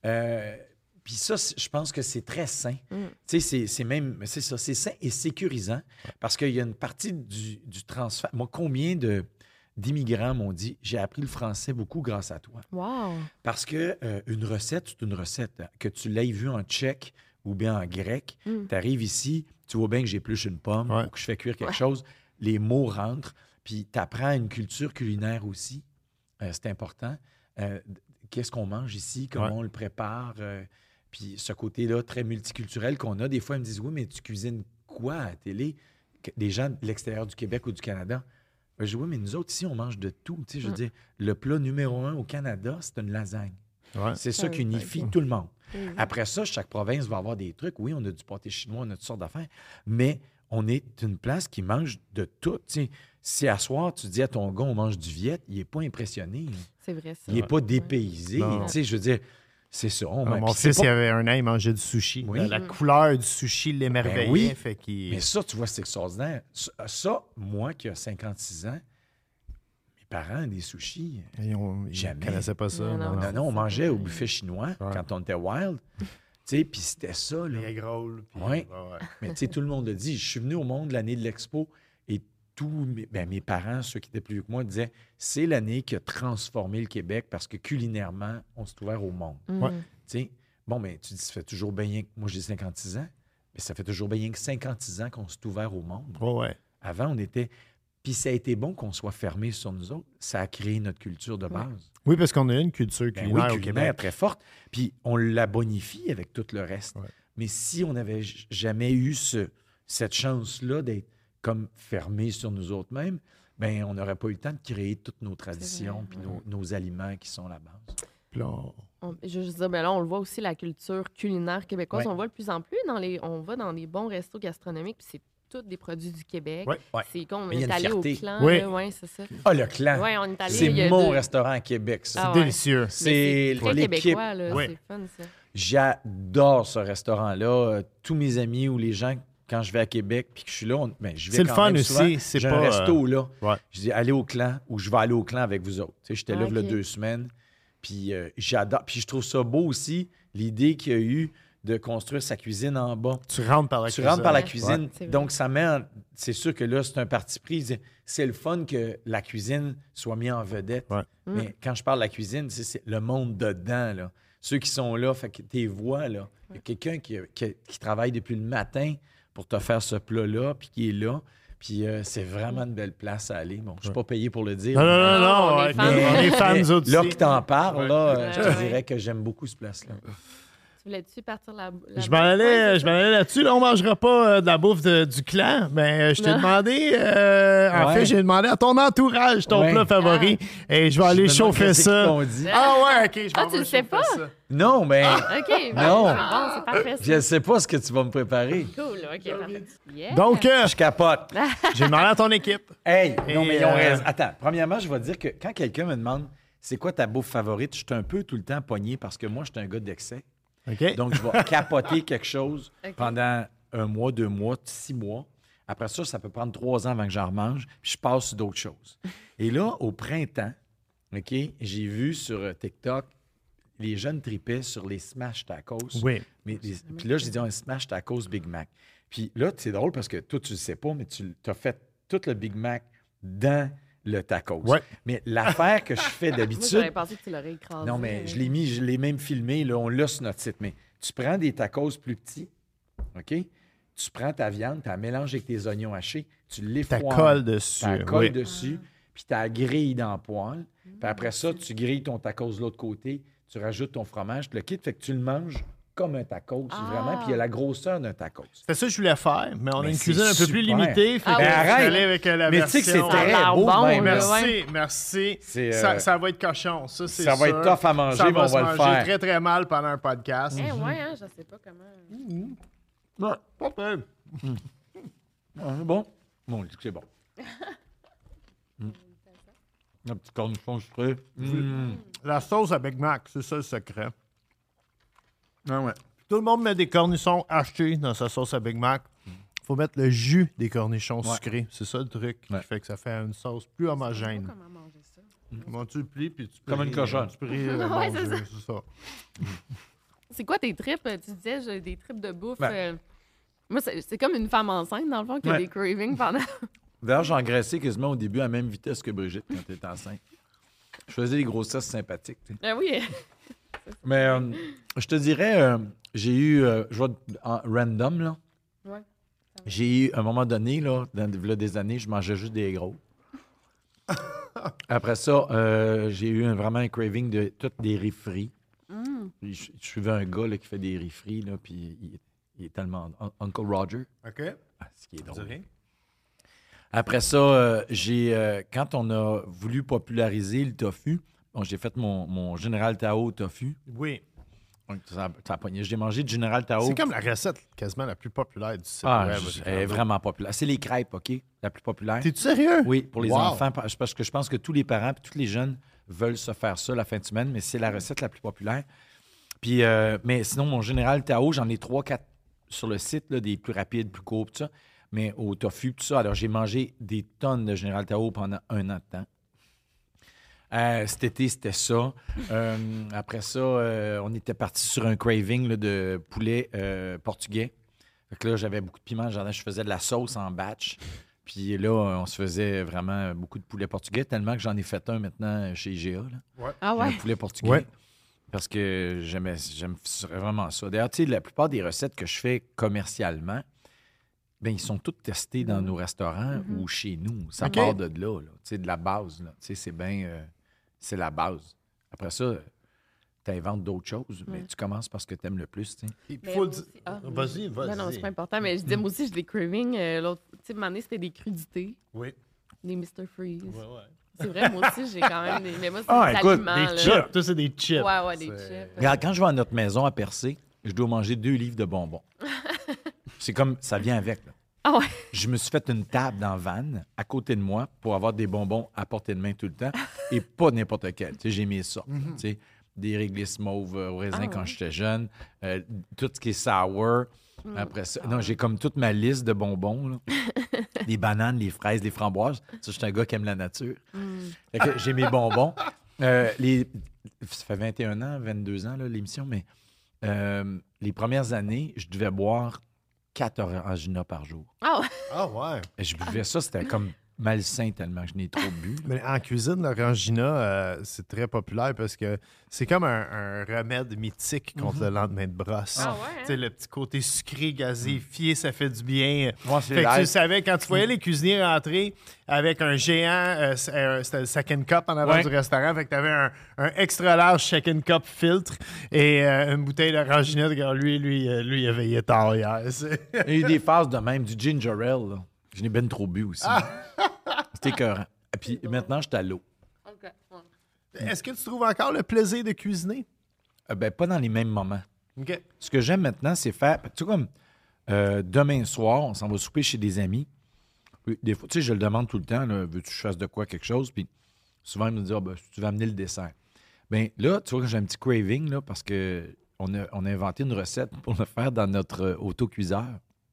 Speaker 3: Puis ça, je pense que c'est très sain. Tu sais, c'est ça, c'est sain et sécurisant parce qu'il y a une partie du transfert. Moi, combien d'immigrants m'ont dit « J'ai appris le français beaucoup grâce à toi. »
Speaker 1: Wow!
Speaker 3: Parce que une recette, c'est une recette. Que tu l'aies vue en tchèque ou bien en grec, tu arrives ici, tu vois bien que j'épluche une pomme ou que je fais cuire quelque chose, les mots rentrent, puis tu apprends une culture culinaire aussi. C'est important. Qu'est-ce qu'on mange ici, comment on le prépare, puis ce côté-là très multiculturel qu'on a. Des fois, ils me disent « Oui, mais tu cuisines quoi à la télé? » Des gens de l'extérieur du Québec ou du Canada. Ben, je dis « Oui, mais nous autres, ici, on mange de tout. » Tu sais, je veux dire, le plat numéro 1 au Canada, c'est une lasagne. C'est ça qui unifie tout le monde. Après ça, chaque province va avoir des trucs. Oui, on a du pâté chinois, on a toutes sortes d'affaires, mais on est une place qui mange de tout. T'sais, si à soir, tu dis à ton gars, on mange du viet, il n'est pas impressionné.
Speaker 1: C'est vrai, ça.
Speaker 3: Il n'est pas dépaysé. Je veux dire, c'est ça.
Speaker 2: Mon fils, il y avait un an, il mangeait du sushi. La couleur du sushi l'émerveillait.
Speaker 3: Mais ça, tu vois, c'est extraordinaire. Ça, moi qui ai 56 ans, parents des sushis.
Speaker 2: Ils ne connaissaient pas ça.
Speaker 3: Non, on mangeait au buffet chinois quand on était wild. Puis c'était ça. Là.
Speaker 2: Les grolles.
Speaker 3: Oui. Mais tout le monde le dit. Je suis venu au monde l'année de l'expo et tous mes parents, ceux qui étaient plus vieux que moi, disaient c'est l'année qui a transformé le Québec parce que culinairement, on s'est ouvert au monde. Bon, mais tu dis, ça fait toujours bien que moi, j'ai 56 ans, mais ça fait toujours bien que 56 ans qu'on s'est ouvert au monde. Avant, on était... Puis ça a été bon qu'on soit fermé sur nous autres. Ça a créé notre culture de base.
Speaker 2: Oui, parce qu'on a une culture culinaire au Québec
Speaker 3: très forte. Puis on la bonifie avec tout le reste. Mais si on n'avait jamais eu cette chance-là d'être comme fermé sur nous autres mêmes, ben on n'aurait pas eu le temps de créer toutes nos traditions puis nos aliments qui sont la base.
Speaker 2: Puis là,
Speaker 1: Je veux juste dire, ben là, on le voit aussi, la culture culinaire québécoise.
Speaker 3: Ouais.
Speaker 1: On le voit de plus en plus. On va dans des bons restos gastronomiques, puis c'est tous des produits du Québec.
Speaker 2: Ouais.
Speaker 3: Ouais.
Speaker 1: C'est comme on
Speaker 3: Mais il y a
Speaker 1: est
Speaker 3: une
Speaker 1: allé au
Speaker 3: fierté.
Speaker 1: clan.
Speaker 2: Oui.
Speaker 1: Oui, c'est ça.
Speaker 3: Ah, le clan!
Speaker 1: Oui, on est allé.
Speaker 3: C'est
Speaker 1: il y a
Speaker 3: mon
Speaker 1: deux-
Speaker 3: restaurant à Québec, ça.
Speaker 1: Ah
Speaker 2: c'est
Speaker 1: ouais.
Speaker 2: délicieux.
Speaker 1: Mais
Speaker 3: C'est
Speaker 1: très
Speaker 3: l'équipe.
Speaker 1: québécois, là.
Speaker 2: Oui.
Speaker 1: C'est fun, ça.
Speaker 3: J'adore ce restaurant-là. Tous mes amis ou les gens, quand je vais à Québec puis que je suis là, je vais
Speaker 2: C'est le
Speaker 3: quand
Speaker 2: fun
Speaker 3: même
Speaker 2: aussi,
Speaker 3: souvent.
Speaker 2: c'est
Speaker 3: J'ai
Speaker 2: pas,
Speaker 3: un resto là.
Speaker 2: ouais.
Speaker 3: Je dis allez au clan ou je vais aller au clan avec vous autres. Tu sais, j'étais là
Speaker 1: Ah,
Speaker 3: il y a
Speaker 1: ok.
Speaker 3: 2 semaines. Puis j'adore. Puis je trouve ça beau aussi, l'idée qu'il y a eu de construire sa cuisine en bas.
Speaker 2: Tu rentres par la
Speaker 3: Tu
Speaker 2: cuisine.
Speaker 3: rentres par la
Speaker 1: Ouais.
Speaker 3: cuisine.
Speaker 1: Ouais. C'est vrai.
Speaker 3: Donc, ça met c'est sûr que là, c'est un parti pris. C'est le fun que la cuisine soit mise en vedette.
Speaker 2: Ouais.
Speaker 3: Mais quand je parle de la cuisine, c'est le monde dedans. Là. Ceux qui sont là, fait que tes voix, là. Il y a quelqu'un qui travaille depuis le matin pour te faire ce plat-là, puis qui est là. Puis c'est vraiment une belle place à aller. Bon, je ne suis pas payé pour le dire.
Speaker 2: Non, non, non,
Speaker 1: Non,
Speaker 2: non.
Speaker 1: on est
Speaker 2: ouais,
Speaker 1: fans.
Speaker 2: on est fans, nous autres
Speaker 3: Là
Speaker 2: aussi.
Speaker 3: que t'en parles,
Speaker 2: Ouais.
Speaker 3: là, je te
Speaker 1: Ouais.
Speaker 3: dirais que j'aime beaucoup ce place-là.
Speaker 1: Tu voulais-tu partir la
Speaker 2: Je m'en allais,
Speaker 1: Ouais,
Speaker 2: je m'en allais là-dessus. Là, on ne mangera pas de la bouffe du clan. Mais je t'ai
Speaker 1: Non.
Speaker 2: demandé, en
Speaker 3: Ouais.
Speaker 2: fait, j'ai demandé à ton entourage ton
Speaker 3: Ouais.
Speaker 2: plat favori. Et je vais aller
Speaker 3: Je me demande
Speaker 2: chauffer
Speaker 3: qu'est-ce qu'ils
Speaker 2: ça.
Speaker 3: t'ont dit.
Speaker 2: Ah ouais, ok. Je
Speaker 1: Ah,
Speaker 2: m'en
Speaker 1: tu
Speaker 2: vais
Speaker 1: le sais
Speaker 2: chauffer
Speaker 1: pas?
Speaker 2: ça.
Speaker 3: Non, mais
Speaker 1: OK, ben,
Speaker 3: Non.
Speaker 1: c'est bon, c'est parfait.
Speaker 3: je ne sais pas ce que tu vas me préparer.
Speaker 1: Cool, OK, parfait. Yeah.
Speaker 2: Donc,
Speaker 3: Je capote.
Speaker 2: j'ai demandé à ton équipe.
Speaker 3: Hey, non,
Speaker 2: Et,
Speaker 3: mais ils ont raison. Attends, premièrement, je vais te dire que quand quelqu'un me demande c'est quoi ta bouffe favorite, je suis un peu tout le temps pogné parce que moi, je suis un gars d'excès.
Speaker 2: OK.
Speaker 3: Donc, je vais capoter quelque chose
Speaker 1: OK.
Speaker 3: pendant 1 mois, 2 mois, 6 mois. Après ça peut prendre 3 ans avant que j'en remange, puis je passe sur d'autres choses. Et là, au printemps, OK, j'ai vu sur TikTok, les jeunes tripaient sur les smash tacos.
Speaker 2: Oui.
Speaker 3: Puis là, j'ai dit un smash tacos Big Mac. Puis là, c'est drôle parce que toi, tu le sais pas, mais tu as fait tout le Big Mac dans le tacos.
Speaker 2: Ouais.
Speaker 3: Mais l'affaire que je fais
Speaker 1: Moi,
Speaker 3: d'habitude...
Speaker 1: j'aurais pensé que tu l'aurais écrasé.
Speaker 3: Non, mais je l'ai même filmé, là, on l'a sur notre site. Mais tu prends des tacos plus petits, OK? Tu prends ta viande, tu la mélanges avec tes oignons hachés, tu
Speaker 2: Ta
Speaker 3: l'effoires.
Speaker 2: colle dessus.
Speaker 3: Tu la colles
Speaker 2: Oui.
Speaker 3: dessus, puis tu la grilles dans le poêle. Puis après ça, tu grilles ton tacos de l'autre côté, tu rajoutes ton fromage, tu le quittes, fait que tu le manges comme un tacos, vraiment, puis il y a la grosseur d'un tacos.
Speaker 2: C'est ça que je voulais faire, mais on a
Speaker 3: Mais
Speaker 2: une
Speaker 3: c'est
Speaker 2: cuisine un peu plus
Speaker 3: super.
Speaker 2: limitée. Fait
Speaker 1: Ah
Speaker 2: que
Speaker 1: oui.
Speaker 2: je suis
Speaker 3: Arrête.
Speaker 2: allé avec la
Speaker 3: Mais tu sais que c'est
Speaker 2: version-
Speaker 3: très
Speaker 1: Ça a l'air
Speaker 3: beau,
Speaker 1: bon,
Speaker 3: même.
Speaker 1: là.
Speaker 2: Merci,
Speaker 1: Ouais.
Speaker 2: merci.
Speaker 3: C'est,
Speaker 2: Ça va être cochon, ça, c'est
Speaker 3: Ça va
Speaker 2: sûr.
Speaker 3: être tough à manger,
Speaker 2: Ça
Speaker 3: mais on
Speaker 2: se
Speaker 3: va le
Speaker 2: manger
Speaker 3: faire.
Speaker 2: très, très mal pendant un podcast.
Speaker 1: Eh ouais, hein, je sais pas comment.
Speaker 2: Ouais, pas peur.
Speaker 3: Ah, c'est bon? Bon, on dit que c'est bon. Un petit cornichon sucré.
Speaker 2: La sauce à Big Mac, c'est ça le secret.
Speaker 3: Ah ouais.
Speaker 2: Tout le monde met des cornichons hachetés dans sa sauce à Big Mac. Il faut mettre le jus des cornichons
Speaker 3: Ouais.
Speaker 2: sucrés. C'est ça le truc
Speaker 3: Ouais.
Speaker 2: qui fait que ça fait une sauce plus homogène.
Speaker 1: Comment manger ça?
Speaker 2: Comment tu le plies, puis tu
Speaker 3: Comme une cochonne.
Speaker 2: Tu peux
Speaker 1: Ouais, c'est ça.
Speaker 2: c'est ça.
Speaker 1: C'est quoi tes tripes? Tu disais, j'ai des tripes de bouffe.
Speaker 3: Ben.
Speaker 1: Moi, c'est comme une femme enceinte, dans le fond, qui a
Speaker 3: Ouais.
Speaker 1: des cravings pendant.
Speaker 3: D'ailleurs, j'ai engraissé quasiment au début à la même vitesse que Brigitte quand elle était enceinte. Je faisais des grossesses sympathiques. Tu sais.
Speaker 1: Ah oui.
Speaker 3: Mais je te dirais, j'ai eu, je vois en random, là.
Speaker 1: Ouais.
Speaker 3: J'ai eu, à un moment donné, là, dans des années, je mangeais juste des gros. Après ça, j'ai eu vraiment un craving de toutes des riz frits. Puis je suivais un gars là, qui fait des riz frits, là, puis il est tellement... Uncle Roger.
Speaker 2: OK.
Speaker 3: Ah, ce qui est
Speaker 2: Tu
Speaker 3: drôle.
Speaker 2: dirais?
Speaker 3: Après ça, quand on a voulu populariser le tofu, bon, j'ai fait mon Général Tao tofu.
Speaker 2: Oui.
Speaker 3: Donc, ça a pogné. J'ai mangé du Général Tao.
Speaker 2: C'est comme la recette quasiment la plus populaire du site
Speaker 3: Ah,
Speaker 2: web.
Speaker 3: elle est vraiment populaire. C'est les crêpes, OK? La plus populaire.
Speaker 2: T'es-tu sérieux?
Speaker 3: Oui, pour les
Speaker 2: Wow.
Speaker 3: enfants, parce que je pense que tous les parents et tous les jeunes veulent se faire ça la fin de semaine, mais c'est la recette la plus populaire. Puis, mais sinon, mon Général Tao, j'en ai 3-4 sur le site, là, des plus rapides, plus courts, tout ça. Mais au tofu, tout ça. Alors, j'ai mangé des tonnes de Général Tao pendant 1 an de temps. Cet été, c'était ça. Après ça, on était parti sur un craving là, de poulet portugais. Fait que là, j'avais beaucoup de piment. Je faisais de la sauce en batch. Puis là, on se faisait vraiment beaucoup de poulet portugais, tellement que j'en ai fait un maintenant chez IGA. Là.
Speaker 1: Ah
Speaker 3: Un
Speaker 1: ouais.
Speaker 3: poulet portugais.
Speaker 2: Ouais.
Speaker 3: Parce que j'aime vraiment ça. D'ailleurs, tu sais, la plupart des recettes que je fais commercialement, ben ils sont toutes testés dans nos restaurants ou chez nous. Ça
Speaker 2: OK.
Speaker 3: part de là, tu sais, de la base. Là. Tu sais, c'est bien... c'est la base. Après ça, tu inventes d'autres choses, mais tu commences par ce que tu aimes le plus, tu sais.
Speaker 2: Il
Speaker 1: Mais
Speaker 2: faut
Speaker 1: moi
Speaker 2: le dire.
Speaker 1: aussi- ah,
Speaker 2: Vas-y.
Speaker 1: Non, non, c'est pas important, mais je disais, moi aussi, j'ai des cravings. L'autre, tu sais, à un moment donné, c'était des crudités.
Speaker 2: Oui.
Speaker 1: Des Mr. Freeze.
Speaker 2: Ouais.
Speaker 1: C'est vrai, moi aussi, j'ai quand même des... Mais moi, c'est des
Speaker 3: écoute,
Speaker 1: aliments,
Speaker 2: Des
Speaker 1: là.
Speaker 2: chips. Toi, c'est des chips.
Speaker 1: Ouais, des chips.
Speaker 3: Regarde, quand je vais à notre maison à Percé, je dois manger 2 livres de bonbons. C'est comme, ça vient avec, là.
Speaker 1: Ah ouais?
Speaker 3: Je me suis fait une table dans van à côté de moi pour avoir des bonbons à portée de main tout le temps et pas n'importe quel. Tu sais, j'ai mis ça. Tu sais, des réglisses mauves au raisin quand j'étais jeune, tout ce qui est sour. Après ça, non, j'ai comme toute ma liste de bonbons. Là. Les bananes, les fraises, les framboises. Ça, je suis un gars qui aime la nature. Fait que j'ai mes bonbons. Ça fait 21 ans, 22 ans, là, l'émission, mais les premières années, je devais boire 4 Orangina par jour.
Speaker 1: Ah ouais?
Speaker 2: Ah ouais.
Speaker 3: Et je buvais ça, c'était comme malsain tellement que je n'ai trop bu.
Speaker 2: Mais en cuisine, l'orangina, c'est très populaire parce que c'est comme un remède mythique contre le lendemain de brosse.
Speaker 1: Ah ouais,
Speaker 2: Tu sais, le petit côté sucré, gazéfié, ça fait du bien.
Speaker 3: Moi, c'est
Speaker 2: Fait que tu
Speaker 3: live.
Speaker 2: savais, quand tu voyais les cuisiniers rentrer avec un géant, c'était le second cup en avant
Speaker 3: Ouais.
Speaker 2: du restaurant, fait que tu avais un extra large second cup filtre et une bouteille d'orangina. Lui, il a veillé tard hier.
Speaker 3: Il y a eu des phases de même, du ginger ale. Là. Je n'ai ben trop bu aussi. C'était écœurant. Et puis maintenant, je suis à l'eau.
Speaker 1: OK.
Speaker 2: Est-ce que tu trouves encore le plaisir de cuisiner?
Speaker 3: Ben, pas dans les mêmes moments.
Speaker 2: OK.
Speaker 3: Ce que j'aime maintenant, c'est faire... Tu sais, comme demain soir, on s'en va souper chez des amis. Puis, des fois, tu sais, je le demande tout le temps, là, veux-tu que je fasse de quoi, quelque chose? Puis souvent, il me dit, ben, tu vas amener le dessert. Bien, là, tu vois que j'ai un petit craving, là, parce qu'on a inventé une recette pour le faire dans notre autocuiseur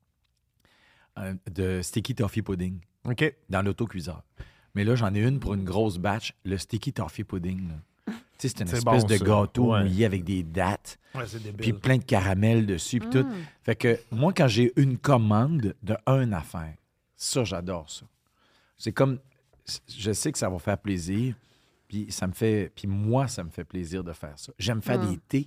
Speaker 3: de sticky toffee pudding
Speaker 2: OK.
Speaker 3: dans l'autocuiseur. Mais là, j'en ai une pour une grosse batch, le sticky toffee pudding. là. Tu sais, c'est une
Speaker 2: C'est
Speaker 3: espèce
Speaker 2: bon,
Speaker 3: de
Speaker 2: ça.
Speaker 3: gâteau
Speaker 2: Ouais.
Speaker 3: mouillé avec des dattes.
Speaker 2: Ouais, c'est débile.
Speaker 3: Puis plein de caramel dessus, puis tout. Fait que moi, quand j'ai une commande de un affaire, ça, j'adore ça. C'est comme, je sais que ça va faire plaisir, puis moi, ça me fait plaisir de faire ça. J'aime faire des thés.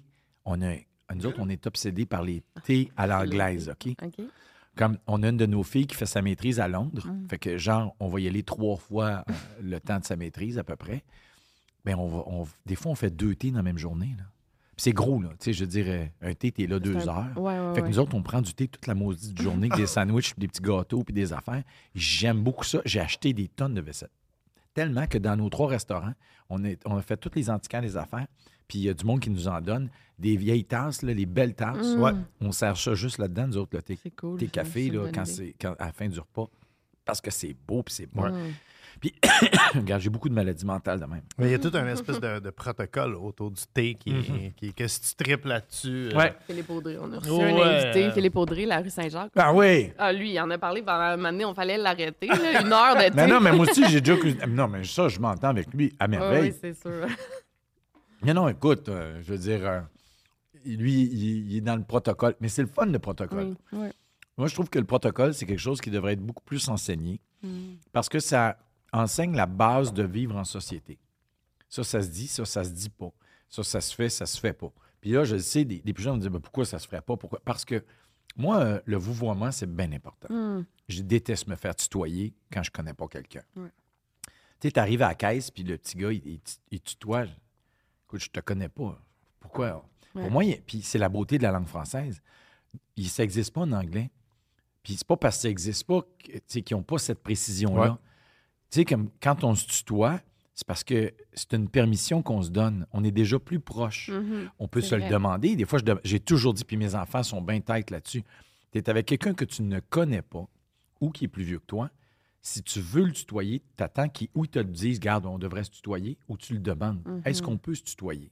Speaker 3: Nous autres, on est obsédés par les thés à l'anglaise, OK?
Speaker 1: OK.
Speaker 3: Comme on a une de nos filles qui fait sa maîtrise à Londres, fait que genre, on va y aller 3 fois le temps de sa maîtrise à peu près. Bien, des fois, on fait 2 thés dans la même journée, là. Puis c'est gros, là. Tu sais, je veux dire, un thé, t'es là 2 heures.
Speaker 1: Ouais,
Speaker 3: Fait que nous autres, on prend du thé toute la maudite journée, avec des sandwichs, puis des petits gâteaux, puis des affaires. J'aime beaucoup ça. J'ai acheté des tonnes de vaisselle. Tellement que dans nos 3 restaurants, on a fait tous les antiquaires des affaires, puis il y a du monde qui nous en donne. Des vieilles tasses, là, les belles tasses.
Speaker 2: Ouais.
Speaker 3: On sert ça juste là-dedans, nous autres, le thé.
Speaker 1: C'est cool.
Speaker 3: Thé
Speaker 1: ça.
Speaker 3: café,
Speaker 1: C'est une
Speaker 3: là,
Speaker 1: bonne
Speaker 3: quand
Speaker 1: idée.
Speaker 3: à la fin du repas. Parce que c'est beau, puis c'est bon.
Speaker 1: Mm.
Speaker 3: Puis, regarde, j'ai beaucoup de maladies mentales de même.
Speaker 2: Mais il y a tout un espèce de protocole autour du thé que si tu triples là-dessus.
Speaker 1: Philippe Audrey, on a reçu
Speaker 2: Ouais.
Speaker 1: un invité, Philippe Audrey, la rue Saint-Jacques.
Speaker 3: Ah oui!
Speaker 1: Ah, lui, il en a parlé pendant un moment donné, on fallait l'arrêter, là, 1 heure de thé.
Speaker 3: Mais non, mais moi aussi, j'ai déjà cuisiné. Non, mais ça, je m'entends avec lui à
Speaker 1: Ah
Speaker 3: merveille.
Speaker 1: oui, c'est sûr.
Speaker 3: Mais non, écoute, je veux dire, lui, il est dans le protocole. Mais c'est le fun, le protocole.
Speaker 1: Oui, oui.
Speaker 3: Moi, je trouve que le protocole, c'est quelque chose qui devrait être beaucoup plus enseigné parce que ça enseigne la base de vivre en société. Ça se dit, ça se dit pas. Ça se fait pas. Puis là, je le sais, des plus jeunes me disent ben, pourquoi ça se ferait pas? Pourquoi? Parce que moi, le vouvoiement, c'est bien important. Je déteste me faire tutoyer quand je connais pas quelqu'un.
Speaker 1: Ouais.
Speaker 3: Tu sais, tu arrives à la caisse, puis le petit gars, il tutoie. Écoute, je te connais pas. Pourquoi?
Speaker 1: Ouais.
Speaker 3: Pour moi, puis c'est la beauté de la langue française. Ça n'existe pas en anglais. Puis c'est pas parce que ça n'existe pas qu'ils n'ont pas cette précision-là.
Speaker 2: Ouais.
Speaker 3: Tu sais, comme quand on se tutoie, c'est parce que c'est une permission qu'on se donne. On est déjà plus proche. On peut
Speaker 1: C'est
Speaker 3: se
Speaker 1: vrai.
Speaker 3: le demander. Des fois, j'ai toujours dit, puis mes enfants sont bien têtes là-dessus, tu es avec quelqu'un que tu ne connais pas ou qui est plus vieux que toi. Si tu veux le tutoyer, tu attends ou ils te le disent, garde, on devrait se tutoyer, ou tu le demandes. Est-ce qu'on peut se tutoyer?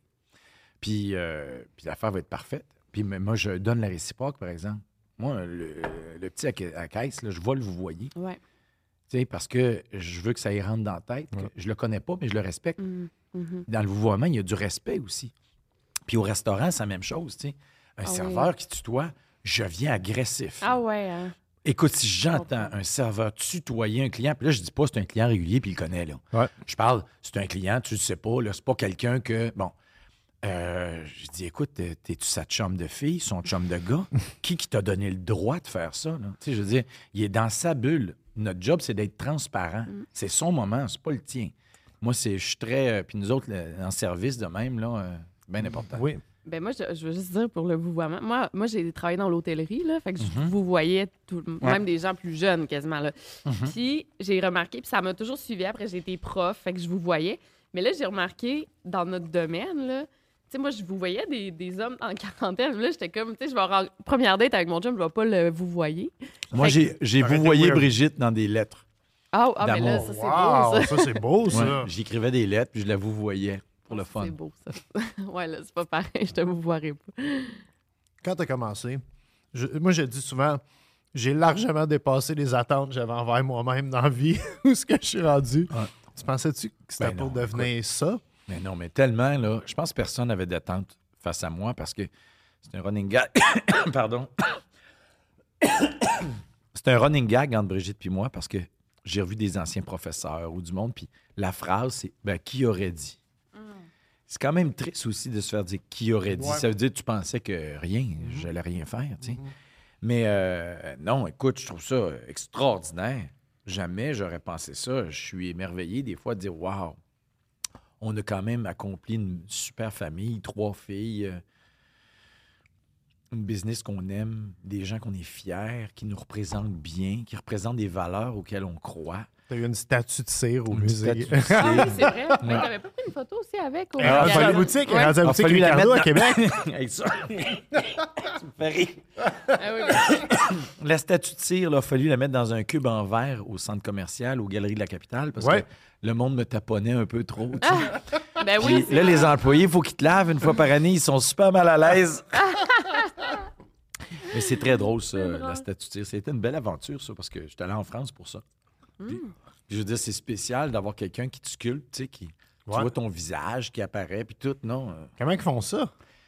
Speaker 3: Puis l'affaire va être parfaite. Puis moi, je donne la réciproque, par exemple. Moi, le petit à la caisse, là, je vais le vous voyez.
Speaker 1: Ouais.
Speaker 3: Tu sais, parce que je veux que ça y rentre dans la tête. Que je le connais pas, mais je le respecte.
Speaker 1: Mhm.
Speaker 3: Dans le vouvoiement, il y a du respect aussi. Puis au restaurant, c'est la même chose. Tu sais. Un serveur qui tutoie, je viens agressif.
Speaker 1: Ah ouais, hein?
Speaker 3: Écoute, si j'entends un serveur tutoyer un client, puis là, je dis pas c'est un client régulier, puis il le connaît, là.
Speaker 2: Ouais.
Speaker 3: Je parle, c'est un client, tu le sais pas, là, c'est pas quelqu'un que... Bon, je dis, écoute, t'es-tu sa chum de fille, son chum de gars? Qui t'a donné le droit de faire ça, là? Tu sais, je veux dire, il est dans sa bulle. Notre job, c'est d'être transparent. C'est son moment, c'est pas le tien. Moi, je suis très... puis nous autres, en service de même, là, bien important.
Speaker 2: Oui.
Speaker 1: Ben moi, je veux juste dire pour le vouvoiement. Moi j'ai travaillé dans l'hôtellerie, là, fait que je vous voyais même des gens plus jeunes quasiment. Là. Puis j'ai remarqué, puis ça m'a toujours suivi. Après, j'ai été prof, fait que je vous voyais. Mais là, j'ai remarqué dans notre domaine, là, tu sais, moi, je vous voyais des hommes en quarantaine. Là, j'étais comme, tu sais, je vais en première date avec mon chum, je vais pas le vous voyer.
Speaker 3: Moi, j'ai vous voyé Brigitte dans des lettres.
Speaker 1: Mais là, ça, c'est beau, ça.
Speaker 2: Ça, c'est beau, ça.
Speaker 3: Ouais, j'écrivais des lettres, puis je la vous voyais pour le fun.
Speaker 1: C'est beau, ça. Ouais, là, c'est pas pareil, je te vous voirai pas.
Speaker 2: Quand tu as commencé, moi, je dis souvent, j'ai largement dépassé les attentes que j'avais envers moi-même dans la vie, où ce que je suis rendu. Ouais. Tu pensais-tu que c'était pour devenir ça?
Speaker 3: Mais non, mais tellement, là, je pense que personne n'avait d'attente face à moi parce que c'est un running gag. Pardon. C'est un running gag entre Brigitte et moi parce que j'ai revu des anciens professeurs ou du monde, puis la phrase, c'est « qui aurait dit? » C'est quand même triste aussi de se faire dire « qui aurait dit? » Ça veut dire que tu pensais que rien, j'allais rien faire, tu sais. Mais non, écoute, je trouve ça extraordinaire. Jamais j'aurais pensé ça. Je suis émerveillé des fois de dire « wow, on a quand même accompli une super famille, 3 filles, une business qu'on aime, des gens qu'on est fiers, qui nous représentent bien, qui représentent des valeurs auxquelles on croit. »
Speaker 2: T'as eu une statue de cire au musée.
Speaker 1: Ah oui, c'est vrai. Mais t'avais pas pris une photo aussi avec?
Speaker 2: Elle est dans la boutique. Elle est dans la boutique Ricardo à Québec.
Speaker 3: Avec ça. Tu me fais rire. La statue de cire, il a fallu la mettre dans un cube en verre au centre commercial, aux Galeries de la Capitale, parce que le monde me taponnait un peu trop. Tu sais.
Speaker 1: Ben oui,
Speaker 3: là, les employés, il faut qu'ils te lavent une fois par année. Ils sont super mal à l'aise. Mais c'est très drôle, ça, la statue de cire. C'était une belle aventure, ça, parce que j'étais allé en France pour ça. Puis, je veux dire, c'est spécial d'avoir quelqu'un qui te sculpte, tu sais, tu vois ton visage qui apparaît, puis tout, non?
Speaker 2: Comment ils font ça?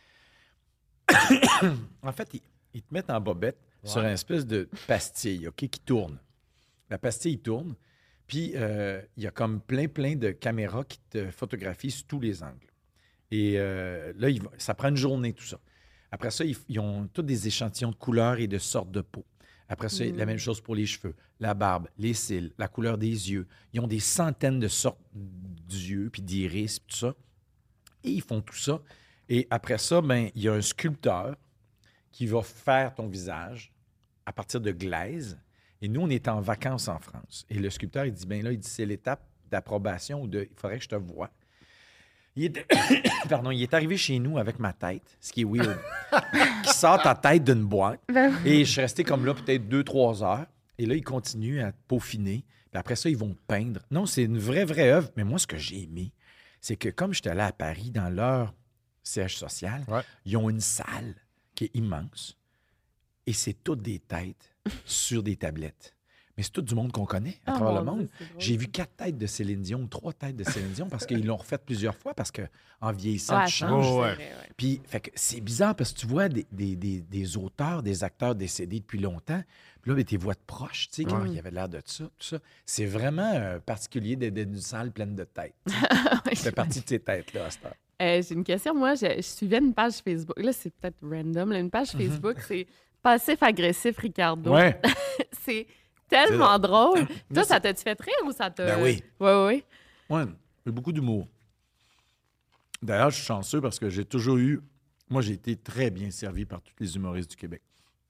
Speaker 3: En fait, ils te mettent en bobette sur une espèce de pastille, OK, qui tourne. La pastille tourne, puis il y a comme plein de caméras qui te photographient sous tous les angles. Et là, ça prend une journée, tout ça. Après ça, ils ont tous des échantillons de couleurs et de sortes de peau. Après ça, la même chose pour les cheveux, la barbe, les cils, la couleur des yeux. Ils ont des centaines de sortes d'yeux, puis d'iris, puis tout ça. Et ils font tout ça. Et après ça, il y a un sculpteur qui va faire ton visage à partir de glaise. Et nous, on est en vacances en France. Et le sculpteur, il dit, c'est l'étape d'approbation où il faudrait que je te voie. Il est arrivé chez nous avec ma tête, ce qui est weird, qui sort ta tête d'une boîte. Et je suis resté comme là peut-être 2-3 heures. Et là, il continue à peaufiner. Puis après ça, ils vont peindre. Non, c'est une vraie œuvre. Mais moi, ce que j'ai aimé, c'est que comme j'étais allé à Paris dans leur siège social, ils ont une salle qui est immense. Et c'est toutes des têtes sur des tablettes. Mais c'est tout du monde qu'on connaît à travers le monde. J'ai vu 4 têtes de Céline Dion, 3 têtes de Céline Dion, parce qu'ils l'ont refait plusieurs fois, parce qu'en vieillissant, tu changes. Puis, fait que c'est bizarre, parce que tu vois des auteurs, des acteurs décédés depuis longtemps, puis là, tes voix de proches, tu sais, il y avait l'air de ça, tout ça. C'est vraiment particulier d'être dans une salle pleine de têtes. Je fais partie de ces têtes-là à cette heure.
Speaker 1: J'ai une question. Moi, je suivais une page Facebook. Là, c'est peut-être random. Là, une page Facebook, c'est Passif-agressif Ricardo.
Speaker 2: Ouais.
Speaker 1: C'est tellement drôle. Toi, ça t'a-tu fait rire ou ça t'a...
Speaker 3: Ben oui.
Speaker 1: Oui.
Speaker 3: Oui, j'ai beaucoup d'humour. D'ailleurs, je suis chanceux parce que j'ai toujours eu... Moi, j'ai été très bien servi par tous les humoristes du Québec.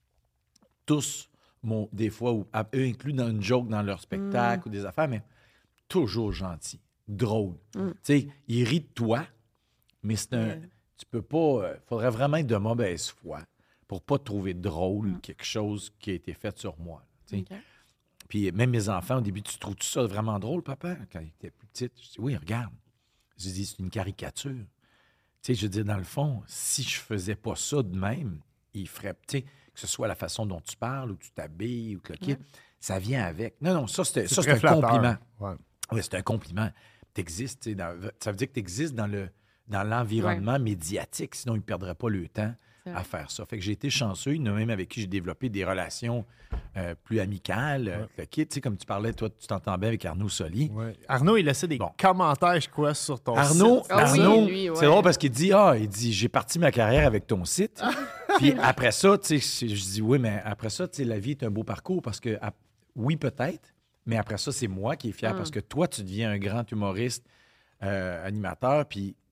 Speaker 3: Tous, des fois, eux inclus dans une joke dans leur spectacle ou des affaires, mais toujours gentils, drôles. Tu sais, ils rient de toi, mais c'est un... Tu peux pas... faudrait vraiment être de mauvaise foi pour pas trouver drôle quelque chose qui a été fait sur moi. Okay. Puis même mes enfants, au début, tu trouves tout ça vraiment drôle, papa? Quand ils étaient plus petites, je dis, oui, regarde. Je dis, c'est une caricature. Tu sais, je veux dire, dans le fond, si je faisais pas ça de même, il ferait, tu sais, que ce soit la façon dont tu parles ou tu t'habilles ou que ça vient avec. Non, ça, c'est un compliment. Oui, c'est un compliment. T'existes, tu sais, ça veut dire que tu existes dans l'environnement médiatique, sinon ils ne perdraient pas le temps à faire ça. Fait que j'ai été chanceux. Il y en a même avec qui j'ai développé des relations plus amicales. Tu sais, comme tu parlais, toi, tu t'entends bien avec Arnaud Soli. Ouais.
Speaker 2: Arnaud, il laissait des commentaires, je crois, sur ton site.
Speaker 3: Arnaud, c'est drôle parce qu'il dit, j'ai parti ma carrière avec ton site. Puis après ça, tu sais, je dis, oui, mais après ça, tu sais, la vie est un beau parcours parce que, oui, peut-être, mais après ça, c'est moi qui est fier parce que toi, tu deviens un grand humoriste, animateur, puis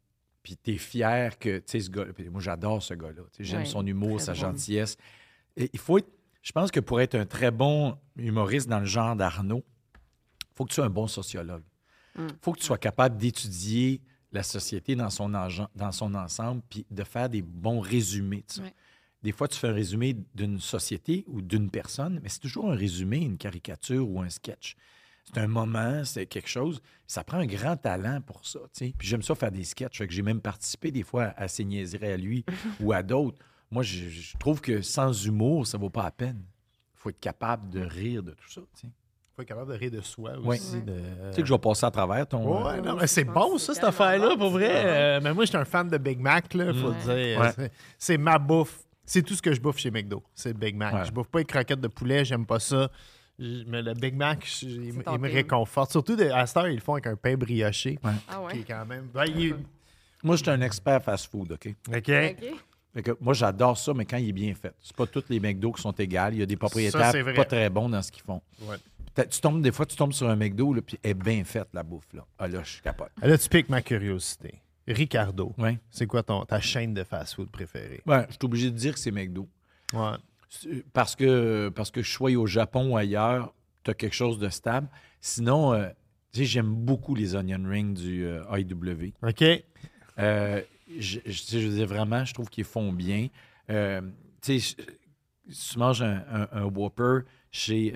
Speaker 3: puis t'es fier que, tu sais, ce gars, moi, j'adore ce gars-là. Tu sais, j'aime son humour, sa gentillesse. Et je pense que pour être un très bon humoriste dans le genre d'Arnaud, il faut que tu sois un bon sociologue. Il faut que tu sois capable d'étudier la société dans son ensemble, puis de faire des bons résumés de ça. Ouais. Des fois, tu fais un résumé d'une société ou d'une personne, mais c'est toujours un résumé, une caricature ou un sketch. C'est un moment, c'est quelque chose. Ça prend un grand talent pour ça, tu sais. Puis j'aime ça faire des sketchs. Fait que j'ai même participé des fois à ces niaiseries à lui ou à d'autres. Moi, je trouve que sans humour, ça vaut pas la peine. Il faut être capable de rire de tout ça, tu sais.
Speaker 2: Il faut être capable de rire de soi aussi.
Speaker 3: Tu sais que je vais passer à travers ton...
Speaker 2: Ouais, non, mais c'est bon, ça, cette affaire-là, pour vrai. Mais moi, je suis un fan de Big Mac, là, faut dire. Ouais. C'est ma bouffe. C'est tout ce que je bouffe chez McDo. C'est le Big Mac. Ouais. Je bouffe pas les croquettes de poulet, j'aime pas ça. Mais le Big Mac, il me réconforte. Surtout à cette heure, ils le font avec un pain brioché. Ouais. Ah ouais? Qui est quand même...
Speaker 3: Moi, je suis un expert fast-food, OK? Fait que moi, j'adore ça, mais quand il est bien fait. C'est pas tous les McDo qui sont égaux. Il y a des propriétaires pas très bons dans ce qu'ils font. Ouais. Des fois, tu tombes sur un McDo, là, puis elle est bien faite, la bouffe. Là, là je suis capote.
Speaker 2: Là, tu piques ma curiosité. Ricardo, c'est quoi ta chaîne de fast-food préférée?
Speaker 3: Ouais, je suis obligé de dire que c'est McDo. Ouais. Parce que je sois au Japon ou ailleurs, tu as quelque chose de stable. Sinon, tu sais, j'aime beaucoup les onion rings du IW.
Speaker 2: OK.
Speaker 3: Je veux dire, vraiment, je trouve qu'ils font bien. Tu sais, tu manges un Whopper chez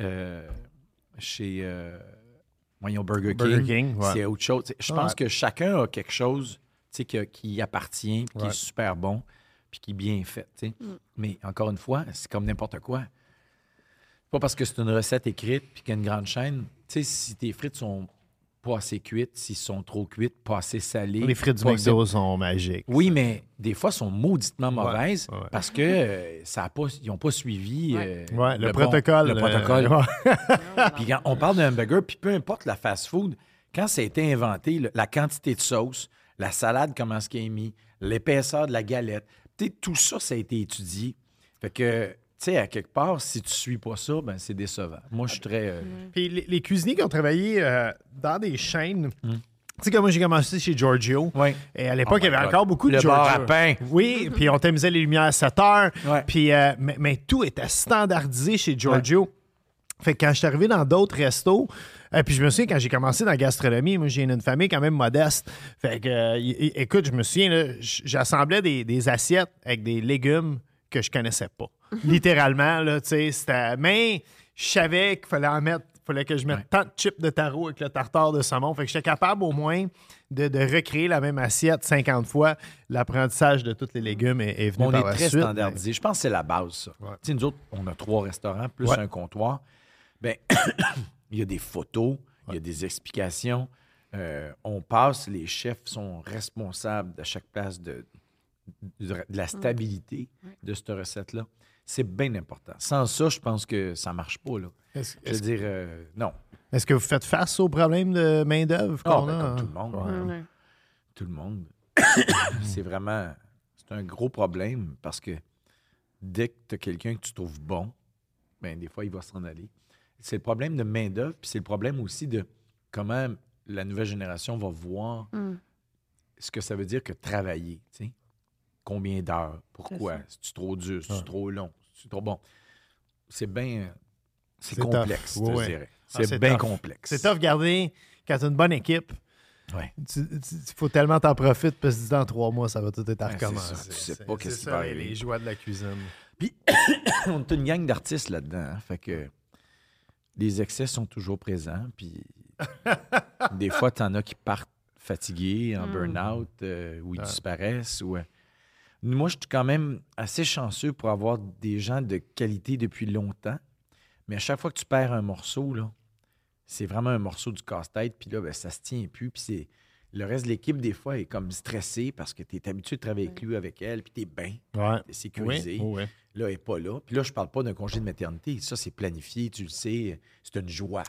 Speaker 3: Burger King c'est autre chose. Je pense que chacun a quelque chose qui appartient, qui est super bon, puis qui est bien fait. Mais encore une fois, c'est comme n'importe quoi. Pas parce que c'est une recette écrite puis qu'il y a une grande chaîne. Si tes frites sont pas assez cuites, s'ils sont trop cuites, pas assez salées.
Speaker 2: Les frites du McDo sont magiques.
Speaker 3: Oui, mais des fois, sont mauditement mauvaises parce que ils n'ont pas suivi
Speaker 2: le protocole.
Speaker 3: Le protocole. Puis quand on parle d'un hamburger, puis peu importe la fast-food, quand ça a été inventé, la quantité de sauce, la salade, comment est-ce qu'elle est mise, l'épaisseur de la galette, tout ça, ça a été étudié. Fait que... Tu sais, à quelque part, si tu ne suis pas ça, ben c'est décevant. Moi, je suis très...
Speaker 2: Puis les cuisiniers qui ont travaillé dans des chaînes... Tu sais, comme moi, j'ai commencé chez Giorgio.
Speaker 3: Oui.
Speaker 2: Et à l'époque, il y avait encore beaucoup de
Speaker 3: Giorgio. Le bar à pain.
Speaker 2: Oui, puis on tamisait les lumières à 7 heures. Ouais. Puis, mais tout était standardisé chez Giorgio. Ouais. Fait que quand je suis arrivé dans d'autres restos... puis je me souviens, quand j'ai commencé dans la gastronomie, moi, j'ai une famille quand même modeste. Fait que, écoute, je me souviens, là, j'assemblais des assiettes avec des légumes que je connaissais pas. Littéralement, là, tu sais, c'était... Mais je savais qu'il fallait que je mette tant de chips de taro avec le tartare de saumon. Fait que j'étais capable au moins de recréer la même assiette 50 fois. L'apprentissage de tous les légumes est venu par la suite.
Speaker 3: On est très standardisé. Je pense que c'est la base, ça. Ouais. Tu sais, nous autres, on a 3 restaurants plus un comptoir. Bien, il y a des photos, il y a des explications. On passe, les chefs sont responsables de chaque place de la stabilité de cette recette-là. C'est bien important. Sans ça, je pense que ça ne marche pas. Là. Je veux dire, non.
Speaker 2: Est-ce que vous faites face aux problèmes de main-d'œuvre qu'on a?
Speaker 3: Comme tout le monde. Ouais. Tout le monde. C'est vraiment... C'est un gros problème parce que dès que tu as quelqu'un que tu trouves bon, ben des fois, il va s'en aller. C'est le problème de main-d'œuvre, puis c'est le problème aussi de comment la nouvelle génération va voir ce que ça veut dire que travailler, tu sais. Combien d'heures? Pourquoi? C'est-tu trop dur? C'est-tu trop long? C'est-tu trop bon? C'est bien... C'est complexe, je dirais. C'est bien complexe.
Speaker 2: C'est tough, regardez, quand tu as une bonne équipe, il faut tellement t'en profiter parce que dans 3 mois, ça va tout être à recommencer.
Speaker 3: Tu sais pas qu'est-ce qui va arriver.
Speaker 2: Les joies de la cuisine.
Speaker 3: Puis, on a une gang d'artistes là-dedans. Hein, fait que les excès sont toujours présents. Puis, des fois, t'en as qui partent fatigués, en burn-out, ou ils disparaissent, ou... Moi, je suis quand même assez chanceux pour avoir des gens de qualité depuis longtemps. Mais à chaque fois que tu perds un morceau, là, c'est vraiment un morceau du casse-tête. Puis là, ben, ça se tient plus. Puis le reste de l'équipe, des fois, est comme stressé parce que tu es habitué de travailler avec lui, avec elle. Puis tu es bien. Tu es sécurisé. Là, elle n'est pas là. Puis là, je parle pas d'un congé de maternité. Ça, c'est planifié. Tu le sais. C'est une joie.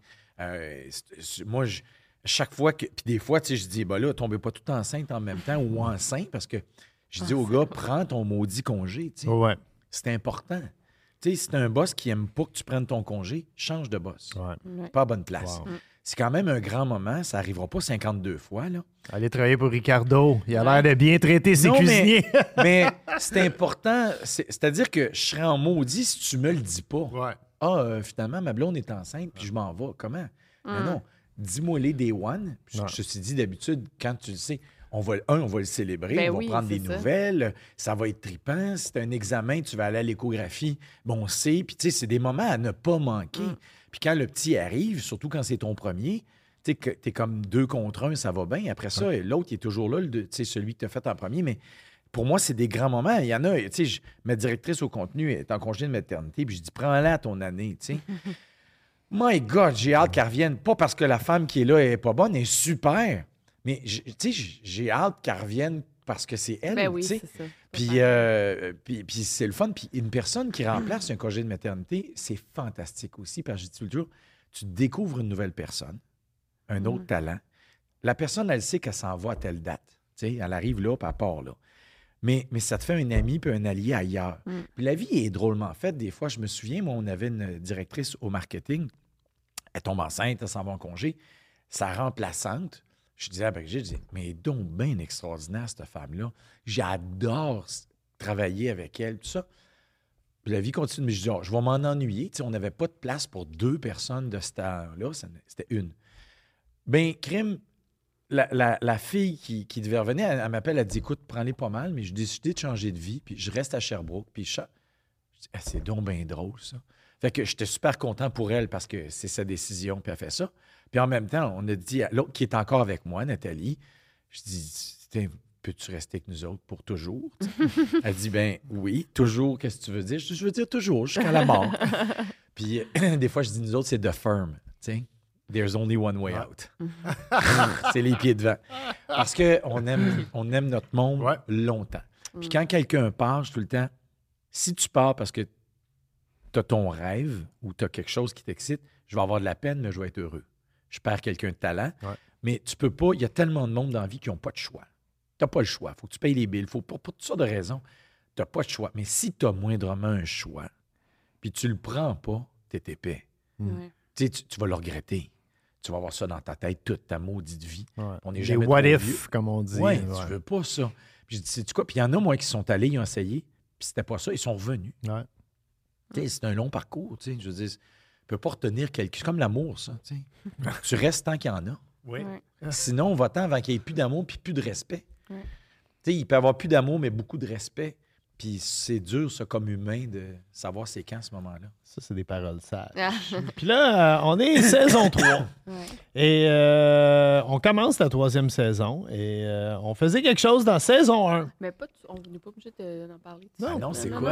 Speaker 3: Moi, chaque fois que... Puis des fois, je dis, ben là, tombez pas tout enceinte en même temps ou enceinte parce que je dis au gars, prends ton maudit congé. C'est important. Si c'est un boss qui n'aime pas que tu prennes ton congé, change de boss. Pas à bonne place. c'est quand même un grand moment. Ça n'arrivera pas 52 fois, là.
Speaker 2: Allez travailler pour Ricardo. Il a l'air de bien traiter ses cuisiniers.
Speaker 3: Mais c'est important. C'est-à-dire que je serais en maudit si tu me le dis pas.
Speaker 2: Ouais.
Speaker 3: Finalement, ma blonde est enceinte, puis je m'en vais. Comment? Mais non, dis-moi les day one. Je te suis dit, d'habitude, quand tu le sais, on va le célébrer, on va prendre des nouvelles, ça va être trippant. Si tu as un examen, tu vas aller à l'échographie, bon, on sait. Puis, tu sais, c'est des moments à ne pas manquer. Puis quand le petit arrive, surtout quand c'est ton premier, tu sais, que tu es comme 2 contre 1, ça va bien. Après ça, l'autre, il est toujours là, tu sais, celui que tu as fait en premier. Mais pour moi, c'est des grands moments. Il y en a, tu sais, ma directrice au contenu est en congé de maternité, puis je dis, prends-la à ton année, tu sais. My God, j'ai hâte qu'elle revienne. Pas parce que la femme qui est là est pas bonne, elle est super. Mais, tu sais, j'ai hâte qu'elle revienne parce que c'est elle,
Speaker 1: Ben oui,
Speaker 3: tu sais.
Speaker 1: c'est ça.
Speaker 3: Puis c'est le fun. Puis une personne qui remplace un congé de maternité, c'est fantastique aussi. Parce que je dis toujours, tu découvres une nouvelle personne, un autre talent. La personne, elle sait qu'elle s'en va à telle date. Tu sais, elle arrive là, puis elle part là. Mais ça te fait un ami puis un allié ailleurs. Puis la vie est drôlement faite. Des fois, je me souviens, moi, on avait une directrice au marketing. Elle tombe enceinte, elle s'en va en congé. Sa remplaçante, je disais à Brigitte, je dis, mais elle est donc bien extraordinaire, cette femme-là. J'adore travailler avec elle, tout ça. Puis la vie continue. Mais je dis, je vais m'en ennuyer. Tu sais, on n'avait pas de place pour 2 personnes de ce temps-là. C'était une. Bien, crime, la fille qui devait revenir, elle m'appelle, elle dit, écoute, prends-les pas mal, mais j'ai décidé de changer de vie, puis je reste à Sherbrooke, puis je dis, c'est donc bien drôle, ça. Fait que j'étais super content pour elle parce que c'est sa décision, puis elle fait ça. Puis en même temps, on a dit à l'autre qui est encore avec moi, Nathalie, je dis, peux-tu rester avec nous autres pour toujours? Elle dit, ben oui, toujours, qu'est-ce que tu veux dire? Je dis, je veux dire toujours, jusqu'à la mort. Puis des fois, je dis, nous autres, c'est the firm, tu sais. There's only one way out. C'est les pieds devant. Parce qu'on aime notre monde longtemps. Puis quand quelqu'un part, je dis tout le temps, si tu pars parce que tu as ton rêve ou tu as quelque chose qui t'excite, je vais avoir de la peine, mais je vais être heureux. Je perds quelqu'un de talent, mais tu peux pas. Il y a tellement de monde dans la vie qui n'ont pas de choix. Tu n'as pas le choix. Il faut que tu payes les billes. Pour toutes sortes de raisons, tu n'as pas de choix. Mais si tu as moindrement un choix, puis tu le prends pas, tu es épais. Tu vas le regretter. Tu vas avoir ça dans ta tête toute ta maudite vie. On est jamais
Speaker 2: des what
Speaker 3: trop
Speaker 2: if,
Speaker 3: vieux.
Speaker 2: comme on dit.
Speaker 3: Oui, tu veux pas ça. Puis je dis, sais-tu quoi? Puis il y en a, moi, qui sont allés, ils ont essayé, puis c'était pas ça, ils sont revenus. C'est un long parcours, tu sais. Je veux dire, tu peux pas retenir quelque chose. C'est comme l'amour, ça, tu sais. Tu restes tant qu'il y en a. Sinon, on va-t'en avant qu'il n'y ait plus d'amour puis plus de respect. Tu sais, il peut y avoir plus d'amour, mais beaucoup de respect. Puis c'est dur, ça, comme humain, de savoir c'est quand, ce moment-là.
Speaker 2: Ça, c'est des paroles sages. Puis là, on est saison 3. Et on commence la 3e saison. Et on faisait quelque chose dans saison 1.
Speaker 1: Mais on n'est pas obligé d'en parler.
Speaker 3: Non, c'est quoi?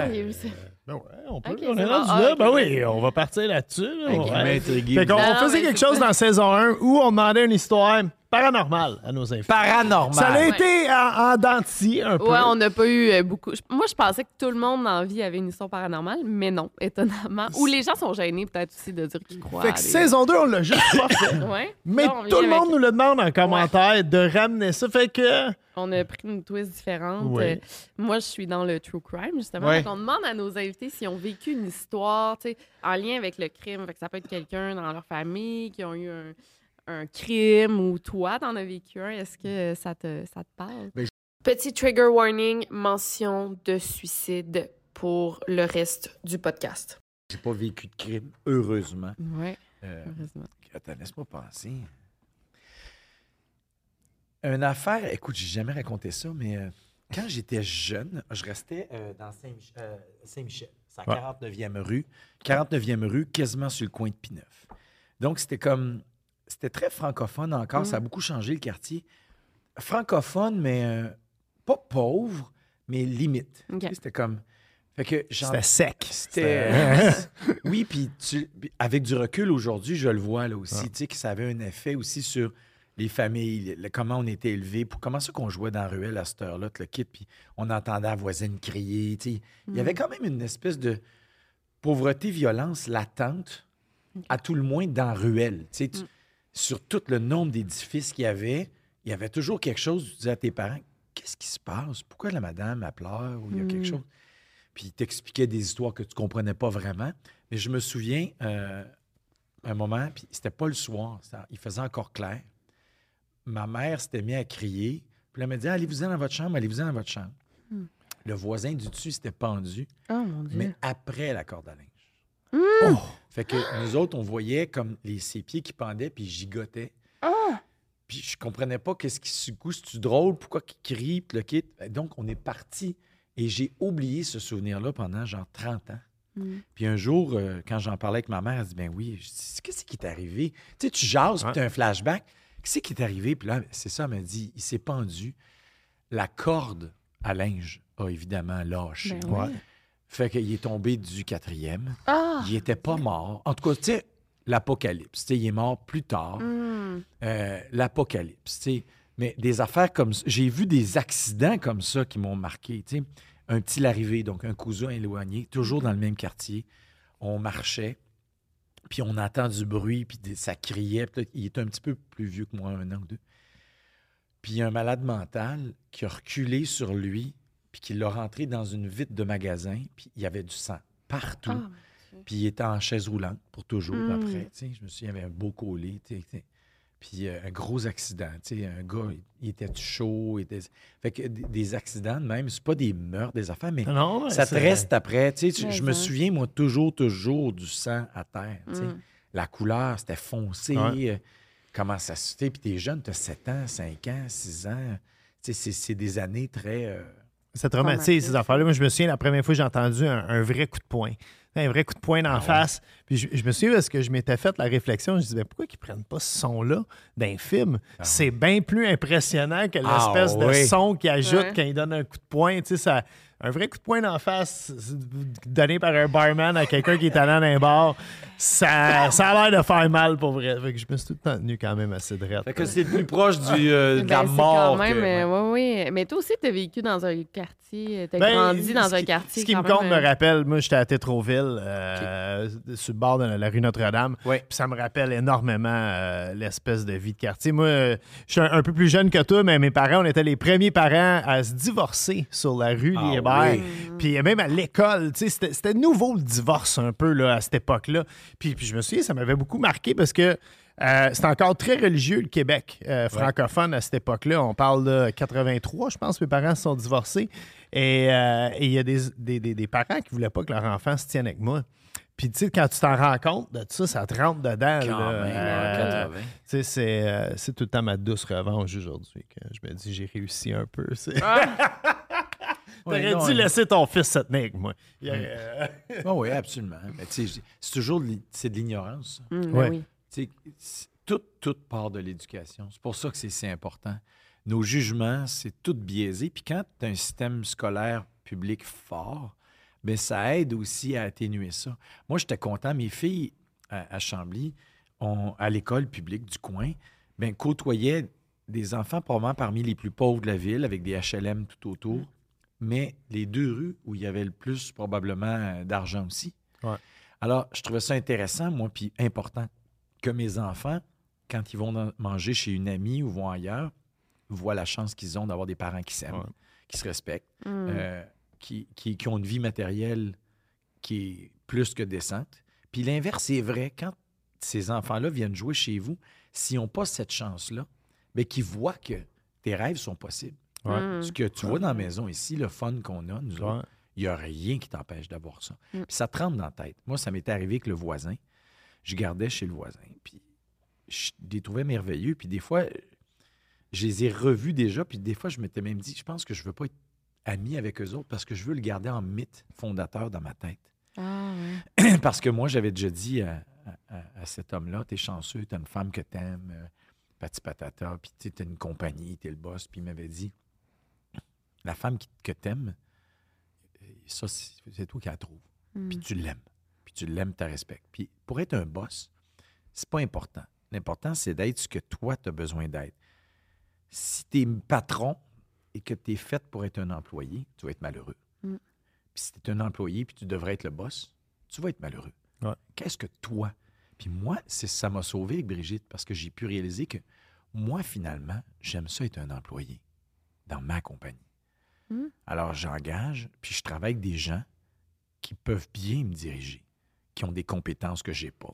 Speaker 2: On peut.
Speaker 1: Okay,
Speaker 2: on est
Speaker 1: bon.
Speaker 2: rendu là. Ben oui, on va partir là-dessus.
Speaker 3: Fait
Speaker 2: qu'on faisait quelque chose dans saison 1 où on demandait une histoire paranormale à nos invités.
Speaker 3: Paranormal.
Speaker 2: Ça a été en dents de scie, un peu.
Speaker 1: Ouais, on n'a pas eu beaucoup. Moi, je pensais que tout le monde dans la vie avait une histoire paranormale, mais non, étonnamment. Ou les gens sont gênés peut-être aussi de dire qu'ils croient.
Speaker 2: Fait que saison 2, on l'a juste pas fait. Mais
Speaker 1: là,
Speaker 2: tout le monde nous le demande en commentaire de ramener ça. Fait que...
Speaker 1: On a pris une twist différente. Moi, je suis dans le true crime, justement.
Speaker 2: Ouais.
Speaker 1: On demande à nos invités s'ils ont vécu une histoire en lien avec le crime. Fait que ça peut être quelqu'un dans leur famille qui ont eu un crime ou toi, t'en as vécu un. Est-ce que ça te parle? Petit trigger warning, mention de suicide pour le reste du podcast.
Speaker 3: J'ai pas vécu de crime, heureusement.
Speaker 1: Oui, heureusement.
Speaker 3: Attends, laisse-moi penser. Une affaire, écoute, j'ai jamais raconté ça, mais quand j'étais jeune, je restais dans Saint-Michel. C'est à 49e rue. 49e rue, quasiment sur le coin de Pineuf. Donc, c'était très francophone encore. Ça a beaucoup changé, le quartier. Francophone, mais pas pauvre, mais limite.
Speaker 1: Okay.
Speaker 3: C'était comme... Fait que
Speaker 2: c'était sec.
Speaker 3: Oui, puis avec du recul aujourd'hui, je le vois là aussi, tu sais, que ça avait un effet aussi sur les familles, comment on était élevés, comment ça qu'on jouait dans la ruelle à cette heure-là, le kit, puis on entendait la voisine crier, tu sais. Il y avait quand même une espèce de pauvreté, violence latente, à tout le moins dans la ruelle, tu sais. Sur tout le nombre d'édifices qu'il y avait toujours quelque chose, tu disais à tes parents, qu'est-ce qui se passe? Pourquoi la madame, elle pleure? Ou il y a quelque chose? Puis il t'expliquait des histoires que tu ne comprenais pas vraiment. Mais je me souviens, un moment, puis c'était pas le soir, il faisait encore clair. Ma mère s'était mise à crier, puis elle m'a dit « Allez-vous-en dans votre chambre, allez-vous-en dans votre chambre. Le voisin du dessus s'était pendu,
Speaker 1: Oh, mon Dieu.
Speaker 3: mais après la corde à linge.
Speaker 2: Oh!
Speaker 3: Fait que nous autres, on voyait comme ses pieds qui pendaient, puis il gigotait. Puis je comprenais pas qu'est-ce qui se goûte, c'est-tu drôle, pourquoi il crie, puis le kit. Donc, on est parti. Et j'ai oublié ce souvenir-là pendant genre 30 ans. Puis un jour, quand j'en parlais avec ma mère, elle dit « Ben oui, je dis, qu'est-ce qui t'est arrivé? Tu sais, tu jases, puis tu as un flashback. Qu'est-ce qui t'est arrivé? » Puis là, c'est ça, elle m'a dit, il s'est pendu. La corde à linge a évidemment lâché.
Speaker 1: Ben oui.
Speaker 3: Fait qu'il est tombé du 4e.
Speaker 1: Ah!
Speaker 3: Il était pas mort. En tout cas, tu sais, l'apocalypse. Tu sais, il est mort plus tard. L'apocalypse, tu sais. Mais des affaires comme ça, j'ai vu des accidents comme ça qui m'ont marqué, tu sais. Un petit larrivé, donc un cousin éloigné, toujours dans le même quartier. On marchait, puis on entend du bruit, puis ça criait. Puis là, il était un petit peu plus vieux que moi, 1 an ou 2. Puis il y a un malade mental qui a reculé sur lui, puis qui l'a rentré dans une vitre de magasin, puis il y avait du sang partout. Puis il était en chaise roulante pour toujours après. Tu sais, je me souviens, il y avait un beau collier. Tu sais. Puis un gros accident. Tu sais, un gars, il était chaud. Fait que des accidents, même, c'est pas des meurtres, des affaires, mais
Speaker 2: Non,
Speaker 3: ça te reste après. Tu sais, je me
Speaker 1: Mais
Speaker 3: souviens, moi, toujours du sang à terre. Tu sais. La couleur, c'était foncé. Comment ça se fait? Puis t'es jeune, t'as 7 ans, 5 ans, 6 ans. Tu sais, c'est des années très...
Speaker 2: Ça traumatise, ces affaires-là. Moi, je me souviens, la première fois que j'ai entendu un vrai coup de poing. Un vrai coup de poing d'en face. Puis je me souviens parce que je m'étais fait la réflexion. Je me disais, pourquoi ils ne prennent pas ce son-là d'un film? C'est bien plus impressionnant que l'espèce de son qu'ils ajoutent quand ils donnent un coup de poing. Tu sais, un vrai coup de poing d'en face donné par un barman à quelqu'un qui est allé dans un bar, ça a l'air de faire mal pour vrai. Fait que je me suis tout le temps tenu quand même assez droit.
Speaker 3: Fait que c'est le plus proche de la mort.
Speaker 1: Quand même, oui. Mais toi aussi, tu as vécu dans un quartier, tu as grandi dans un quartier.
Speaker 2: Ce qui me compte me rappelle, moi, j'étais à Tétroville, sur le bord de la rue Notre-Dame. Puis ça me rappelle énormément l'espèce de vie de quartier. Moi, je suis un peu plus jeune que toi, mais mes parents, on était les premiers parents à se divorcer sur la rue Liébert. Puis même à l'école, c'était nouveau le divorce un peu là, à cette époque-là. Puis je me souviens, ça m'avait beaucoup marqué parce que c'était encore très religieux, le Québec francophone à cette époque-là. On parle de 83, je pense, mes parents se sont divorcés. Et il y a des parents qui ne voulaient pas que leur enfant se tienne avec moi. Puis, tu sais, quand tu t'en rends compte de ça, ça te rentre dedans. C'est tout le temps ma douce revanche aujourd'hui que je me dis, j'ai réussi un peu. T'aurais dû laisser ton fils se tenir avec moi.
Speaker 3: Oui, absolument. Mais c'est toujours de l'ignorance.
Speaker 1: Oui.
Speaker 3: Tout part de l'éducation. C'est pour ça que c'est si important. Nos jugements, c'est tout biaisé. Puis quand tu as un système scolaire public fort, bien, ça aide aussi à atténuer ça. Moi, j'étais content. Mes filles à Chambly, à l'école publique du coin, bien, côtoyaient des enfants probablement parmi les plus pauvres de la ville, avec des HLM tout autour, mais les 2 rues où il y avait le plus probablement d'argent aussi.
Speaker 2: Ouais.
Speaker 3: Alors, je trouvais ça intéressant, moi, puis important, que mes enfants, quand ils vont manger chez une amie ou vont ailleurs, voient la chance qu'ils ont d'avoir des parents qui s'aiment, qui se respectent, qui ont une vie matérielle qui est plus que décente. Puis l'inverse est vrai. Quand ces enfants-là viennent jouer chez vous, s'ils n'ont pas cette chance-là, bien, qu'ils voient que tes rêves sont possibles. Ce que tu vois dans la maison ici, le fun qu'on a, nous autres, il n'y a rien qui t'empêche d'avoir ça. Puis ça te rentre dans la tête. Moi, ça m'était arrivé avec le voisin. Je gardais chez le voisin, puis je les trouvais merveilleux. Puis des fois, je les ai revus déjà, puis des fois, je m'étais même dit, je pense que je ne veux pas être ami avec eux autres parce que je veux le garder en mythe fondateur dans ma tête. Parce que moi, j'avais déjà dit à cet homme-là, t'es chanceux, t'as une femme que t'aimes, pati patata, puis t'as une compagnie, t'es le boss. Puis il m'avait dit, la femme que t'aimes, ça, c'est toi qui la trouves. Puis tu l'aimes. Puis tu l'aimes, tu la respectes. Puis pour être un boss, c'est pas important. L'important, c'est d'être ce que toi, tu as besoin d'être. Si tu es patron et que tu es fait pour être un employé, tu vas être malheureux. Puis si tu es un employé puis tu devrais être le boss, tu vas être malheureux. Qu'est-ce que toi? Puis moi, ça m'a sauvé avec Brigitte parce que j'ai pu réaliser que moi, finalement, j'aime ça être un employé dans ma compagnie. Alors, j'engage, puis je travaille avec des gens qui peuvent bien me diriger, qui ont des compétences que j'ai pas,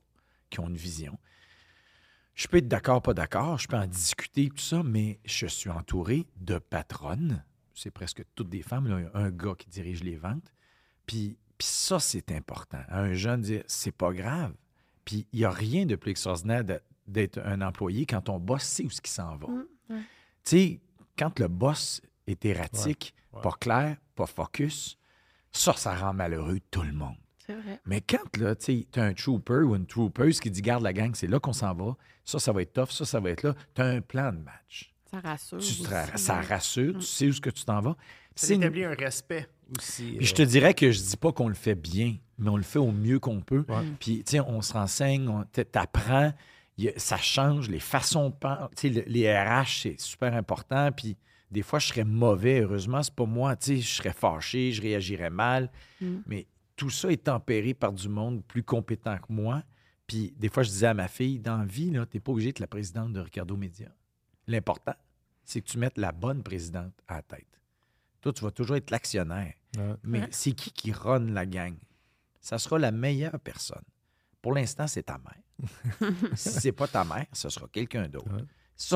Speaker 3: qui ont une vision. Je peux être d'accord, pas d'accord, je peux en discuter, tout ça, mais je suis entouré de patronnes. C'est presque toutes des femmes. Là. Il y a un gars qui dirige les ventes. Puis ça, c'est important. Un jeune dire, c'est pas grave. Puis il n'y a rien de plus extraordinaire d'être un employé quand ton boss sait où ce qui s'en va. Tu sais, quand le boss est erratique, pas clair, pas focus, ça rend malheureux tout le monde.
Speaker 1: C'est vrai.
Speaker 3: Mais quand là, tu as un trooper ou une troopeuse qui dit, garde la gang, c'est là qu'on s'en va, ça va être tough, ça va être là, tu as un plan de match.
Speaker 1: Ça rassure.
Speaker 3: Ça rassure, tu sais où est-ce que tu t'en vas.
Speaker 2: Ça établit un respect aussi.
Speaker 3: Puis je te dirais que je dis pas qu'on le fait bien, mais on le fait au mieux qu'on peut. Puis, tu sais, on se renseigne, t'apprends, ça change, les façons de penser. Tu sais, les RH, c'est super important. Puis, des fois, je serais mauvais. Heureusement, c'est pas moi. Tu sais, je serais fâché, je réagirais mal. Mais tout ça est tempéré par du monde plus compétent que moi. Puis, des fois, je disais à ma fille, dans la vie, tu n'es pas obligé d'être la présidente de Ricardo Média. L'important, c'est que tu mettes la bonne présidente à la tête. Toi, tu vas toujours être l'actionnaire. Mais c'est qui run la gang? Ça sera la meilleure personne. Pour l'instant, c'est ta mère. Si c'est pas ta mère, ce sera quelqu'un d'autre. Ça,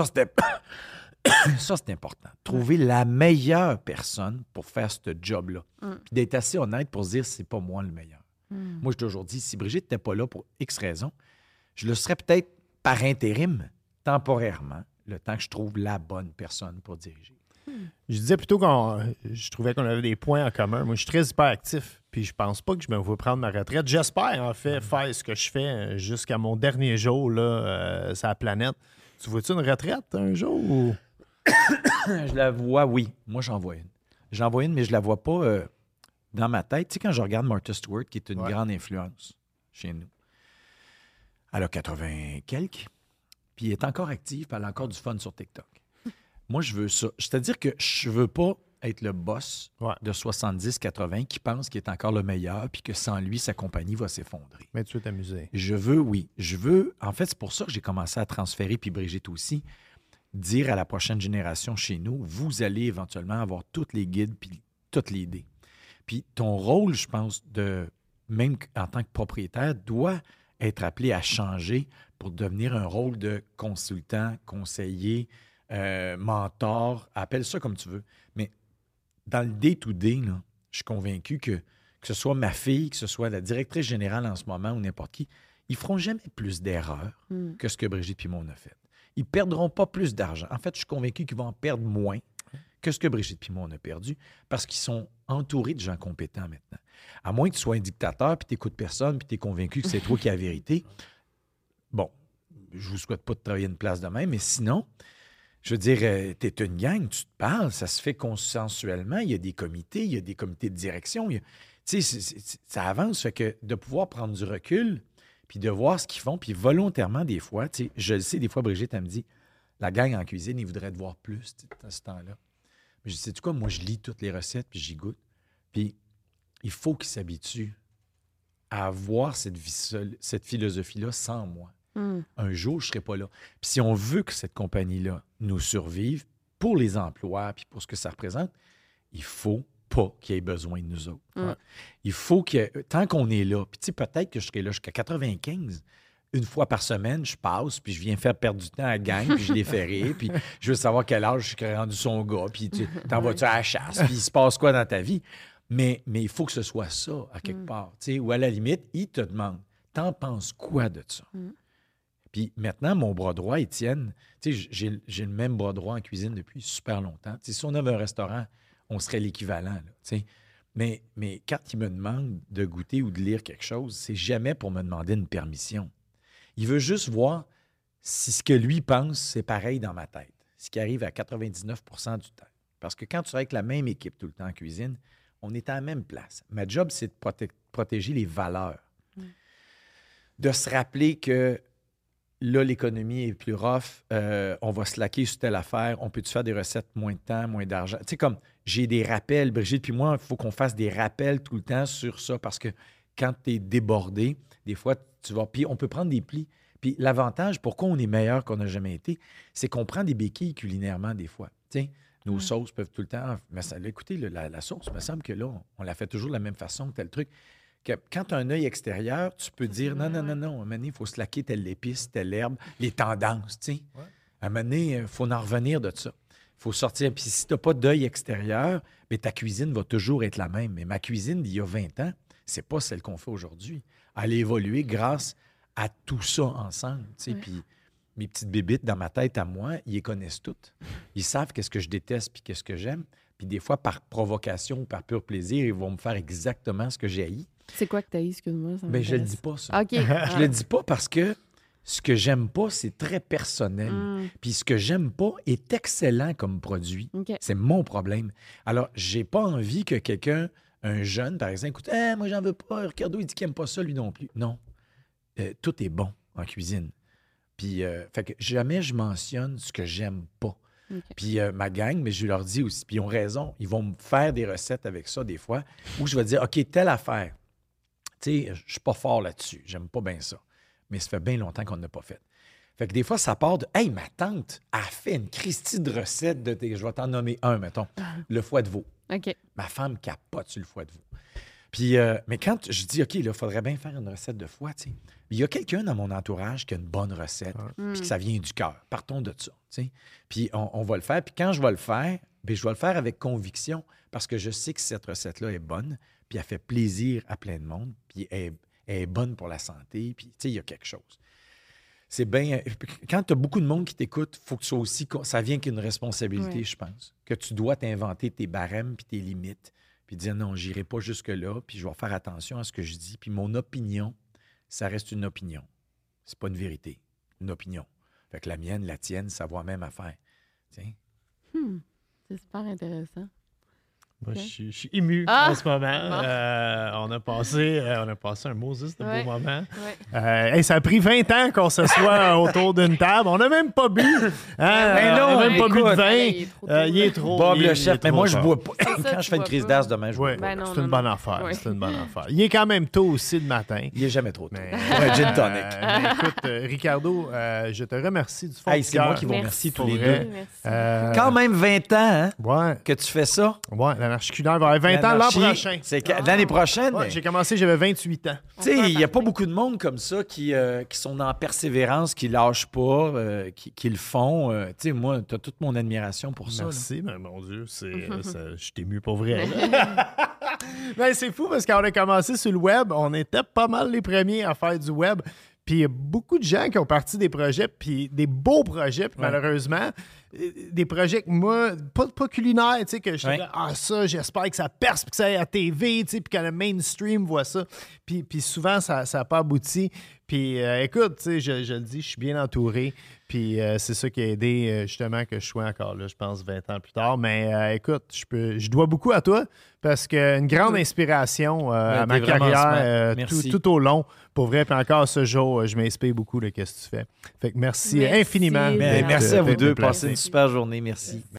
Speaker 3: c'est important. Trouver la meilleure personne pour faire ce job-là. Puis d'être assez honnête pour se dire, c'est pas moi le meilleur. Moi, je t'ai toujours dit, si Brigitte n'était pas là pour X raisons, je le serais peut-être par intérim, temporairement, le temps que je trouve la bonne personne pour diriger.
Speaker 2: Je disais plutôt je trouvais qu'on avait des points en commun. Moi, je suis très hyperactif, puis je pense pas que je me vais prendre ma retraite. J'espère, en fait, faire ce que je fais jusqu'à mon dernier jour là, sur la planète. Tu vois-tu une retraite un jour? Ou...
Speaker 3: Je la vois, oui. Moi, j'en vois une. J'en vois une, mais je la vois pas dans ma tête. Tu sais, quand je regarde Martha Stewart, qui est une grande influence chez nous, elle a 80 quelques, puis elle est encore active, puis elle a encore du fun sur TikTok. Moi, je veux ça. C'est-à-dire que je veux pas être le boss de 70-80 qui pense qu'il est encore le meilleur puis que sans lui, sa compagnie va s'effondrer.
Speaker 2: Mais tu veux t'amuser.
Speaker 3: Je veux... En fait, c'est pour ça que j'ai commencé à transférer, puis Brigitte aussi, dire à la prochaine génération chez nous, vous allez éventuellement avoir tous les guides puis toutes les idées. Puis ton rôle, je pense, même en tant que propriétaire, doit être appelé à changer pour devenir un rôle de consultant, conseiller, mentor, appelle ça comme tu veux. Mais dans le day-to-day, là, je suis convaincu que ce soit ma fille, que ce soit la directrice générale en ce moment ou n'importe qui, ils feront jamais plus d'erreurs que ce que Brigitte Pimon a fait. Ils ne perdront pas plus d'argent. En fait, je suis convaincu qu'ils vont en perdre moins que ce que Brigitte Pimon a perdu parce qu'ils sont entourés de gens compétents maintenant. À moins que tu sois un dictateur, puis tu n'écoutes personne, puis tu es convaincu que c'est toi qui as la vérité. Bon, je vous souhaite pas de travailler une place de même, mais sinon... Je veux dire, tu es une gang, tu te parles, ça se fait consensuellement. Il y a des comités, de direction. Tu sais, ça avance. Fait que de pouvoir prendre du recul, puis de voir ce qu'ils font, puis volontairement, des fois, tu sais, je le sais, des fois, Brigitte, elle me dit, la gang en cuisine, ils voudraient te voir plus à ce temps-là. Mais je dis, sais-tu quoi, moi, je lis toutes les recettes, puis j'y goûte. Puis il faut qu'ils s'habituent à avoir cette philosophie-là sans moi. Un jour, je ne serai pas là. Puis si on veut que cette compagnie-là nous survive pour les emplois puis pour ce que ça représente, il faut pas qu'il y ait besoin de nous autres. Il faut que, tant qu'on est là, puis tu sais, peut-être que je serai là jusqu'à 95, une fois par semaine, je passe, puis je viens faire perdre du temps à la gang, puis je les fais rire, puis je veux savoir quel âge je suis rendu son gars, puis t'en vas-tu à la chasse, puis il se passe quoi dans ta vie. Mais il faut que ce soit ça, à quelque part. Tu sais, ou à la limite, il te demande, t'en penses quoi de ça? Puis maintenant, mon bras droit, Étienne, tu sais, j'ai le même bras droit en cuisine depuis super longtemps. Tu sais, si on avait un restaurant, on serait l'équivalent, là, tu sais. Mais quand il me demande de goûter ou de lire quelque chose, c'est jamais pour me demander une permission. Il veut juste voir si ce que lui pense, c'est pareil dans ma tête. Ce qui arrive à 99% du temps. Parce que quand tu es avec la même équipe tout le temps en cuisine, on est à la même place. Ma job, c'est de protéger les valeurs. De se rappeler que là, l'économie est plus rough, on va se laquer sur telle affaire, on peut-tu faire des recettes moins de temps, moins d'argent? Tu sais, comme j'ai des rappels, Brigitte puis moi, il faut qu'on fasse des rappels tout le temps sur ça parce que quand tu es débordé, des fois, tu vas... Puis on peut prendre des plis. Puis l'avantage, pourquoi on est meilleur qu'on n'a jamais été, c'est qu'on prend des béquilles culinairement des fois. Tu sais, nos sauces peuvent tout le temps... Mais ça, là, écoutez, la sauce, il me semble que là, on la fait toujours de la même façon que tel truc. que quand tu as un œil extérieur, tu peux dire non, à un moment donné, il faut se laquer telle épice, telle herbe, les tendances, tu sais. Ouais. À un moment donné, il faut en revenir de ça. Il faut sortir. Puis si tu n'as pas d'œil extérieur, bien, ta cuisine va toujours être la même. Mais ma cuisine d'il y a 20 ans, c'est pas celle qu'on fait aujourd'hui. Elle a évolué grâce à tout ça ensemble, tu sais. Puis mes petites bébites dans ma tête à moi, ils les connaissent toutes. Ils savent qu'est-ce que je déteste puis qu'est-ce que j'aime. Puis des fois, par provocation ou par pur plaisir, ils vont me faire exactement ce que j'ai haï.
Speaker 1: C'est quoi que tu haïs, excuse-moi?
Speaker 3: Bien, je le dis pas, ça.
Speaker 1: OK.
Speaker 3: Je le dis pas parce que ce que j'aime pas, c'est très personnel. Puis ce que j'aime pas est excellent comme produit.
Speaker 1: Okay.
Speaker 3: C'est mon problème. Alors, j'ai pas envie que quelqu'un, un jeune, par exemple, écoute, moi, j'en veux pas. Ricardo, il dit qu'il aime pas ça, lui non plus. Non. Tout est bon en cuisine. Puis, fait que jamais je mentionne ce que j'aime pas. Okay. Puis, ma gang, mais je leur dis aussi, puis ils ont raison, ils vont me faire des recettes avec ça des fois, où je vais dire, OK, telle affaire. Tu sais, je suis pas fort là-dessus. J'aime pas bien ça. Mais ça fait bien longtemps qu'on n'a pas fait. Fait que des fois, ça part de, hey, ma tante a fait une Christie de recette de tes. Je vais t'en nommer un, mettons. Le foie de veau.
Speaker 1: OK.
Speaker 3: Ma femme capote sur le foie de veau. Puis, mais quand je dis, OK, là, il faudrait bien faire une recette de foie, tu sais. Il y a quelqu'un dans mon entourage qui a une bonne recette, puis que ça vient du cœur. Partons de ça, tu sais. Puis, on va le faire. Puis, quand je vais le faire, bien, je vais le faire avec conviction parce que je sais que cette recette-là est bonne, puis elle fait plaisir à plein de monde, puis elle est bonne pour la santé, puis, tu sais, il y a quelque chose. C'est bien... Quand tu as beaucoup de monde qui t'écoute, il faut que ça vient qu'une responsabilité, je pense. Que tu dois t'inventer tes barèmes puis tes limites, puis dire non, j'irai pas jusque-là, puis je vais faire attention à ce que je dis. Puis mon opinion, ça reste une opinion. C'est pas une vérité. Une opinion. Fait que la mienne, la tienne, ça vaut la même affaire. Tiens.
Speaker 1: C'est super intéressant.
Speaker 2: Moi, je suis ému en ce moment. On a passé un Moses de beau moment. Ouais. Ça a pris 20 ans qu'on s'assoit autour d'une table. On n'a même pas bu. On n'a même pas bu de vin. Il est trop.
Speaker 3: Bob le chef, mais moi, je bois pas. Quand je fais une crise d'as demain, je bois pas.
Speaker 2: C'est une bonne affaire. Ouais. C'est une bonne affaire. Il est quand même tôt aussi le matin.
Speaker 3: Il est jamais trop tôt. Pour un gin tonic.
Speaker 2: Écoute, Ricardo, je te remercie du fond du cœur.
Speaker 3: C'est moi qui vous remercie tous les deux.
Speaker 2: Quand
Speaker 3: même 20 ans que tu fais ça.
Speaker 2: Ouais. L'anarchie culinaire va avoir 20 ans l'an prochain.
Speaker 3: C'est l'année prochaine.
Speaker 2: Ouais, j'ai commencé, j'avais 28 ans.
Speaker 3: Tu sais, il n'y a pas beaucoup de monde comme ça qui sont en persévérance, qui ne lâchent pas, qui le font. Tu sais, moi, tu as toute mon admiration pour ça.
Speaker 2: Merci, mais mon Dieu, je t'ai ému pour vrai. Ben, c'est fou parce qu'on a commencé sur le web, on était pas mal les premiers à faire du web. Puis il y a beaucoup de gens qui ont parti des projets, puis des beaux projets, puis malheureusement, des projets que moi, pas culinaires, tu sais, que je dis, ça, j'espère que ça perce, puis que ça aille à TV, tu sais, puis que le mainstream voit ça. Puis souvent, ça n'a pas abouti. Puis écoute, tu sais, je le dis, je suis bien entouré. Puis c'est ça qui a aidé, justement, que je sois encore là, je pense, 20 ans plus tard. Mais écoute, je dois beaucoup à toi parce qu'une grande inspiration à ma carrière tout au long. Pour vrai, puis encore ce jour, je m'inspire beaucoup de ce que tu fais. Fait que merci infiniment.
Speaker 3: Merci à vous deux. Passez une super journée. Merci.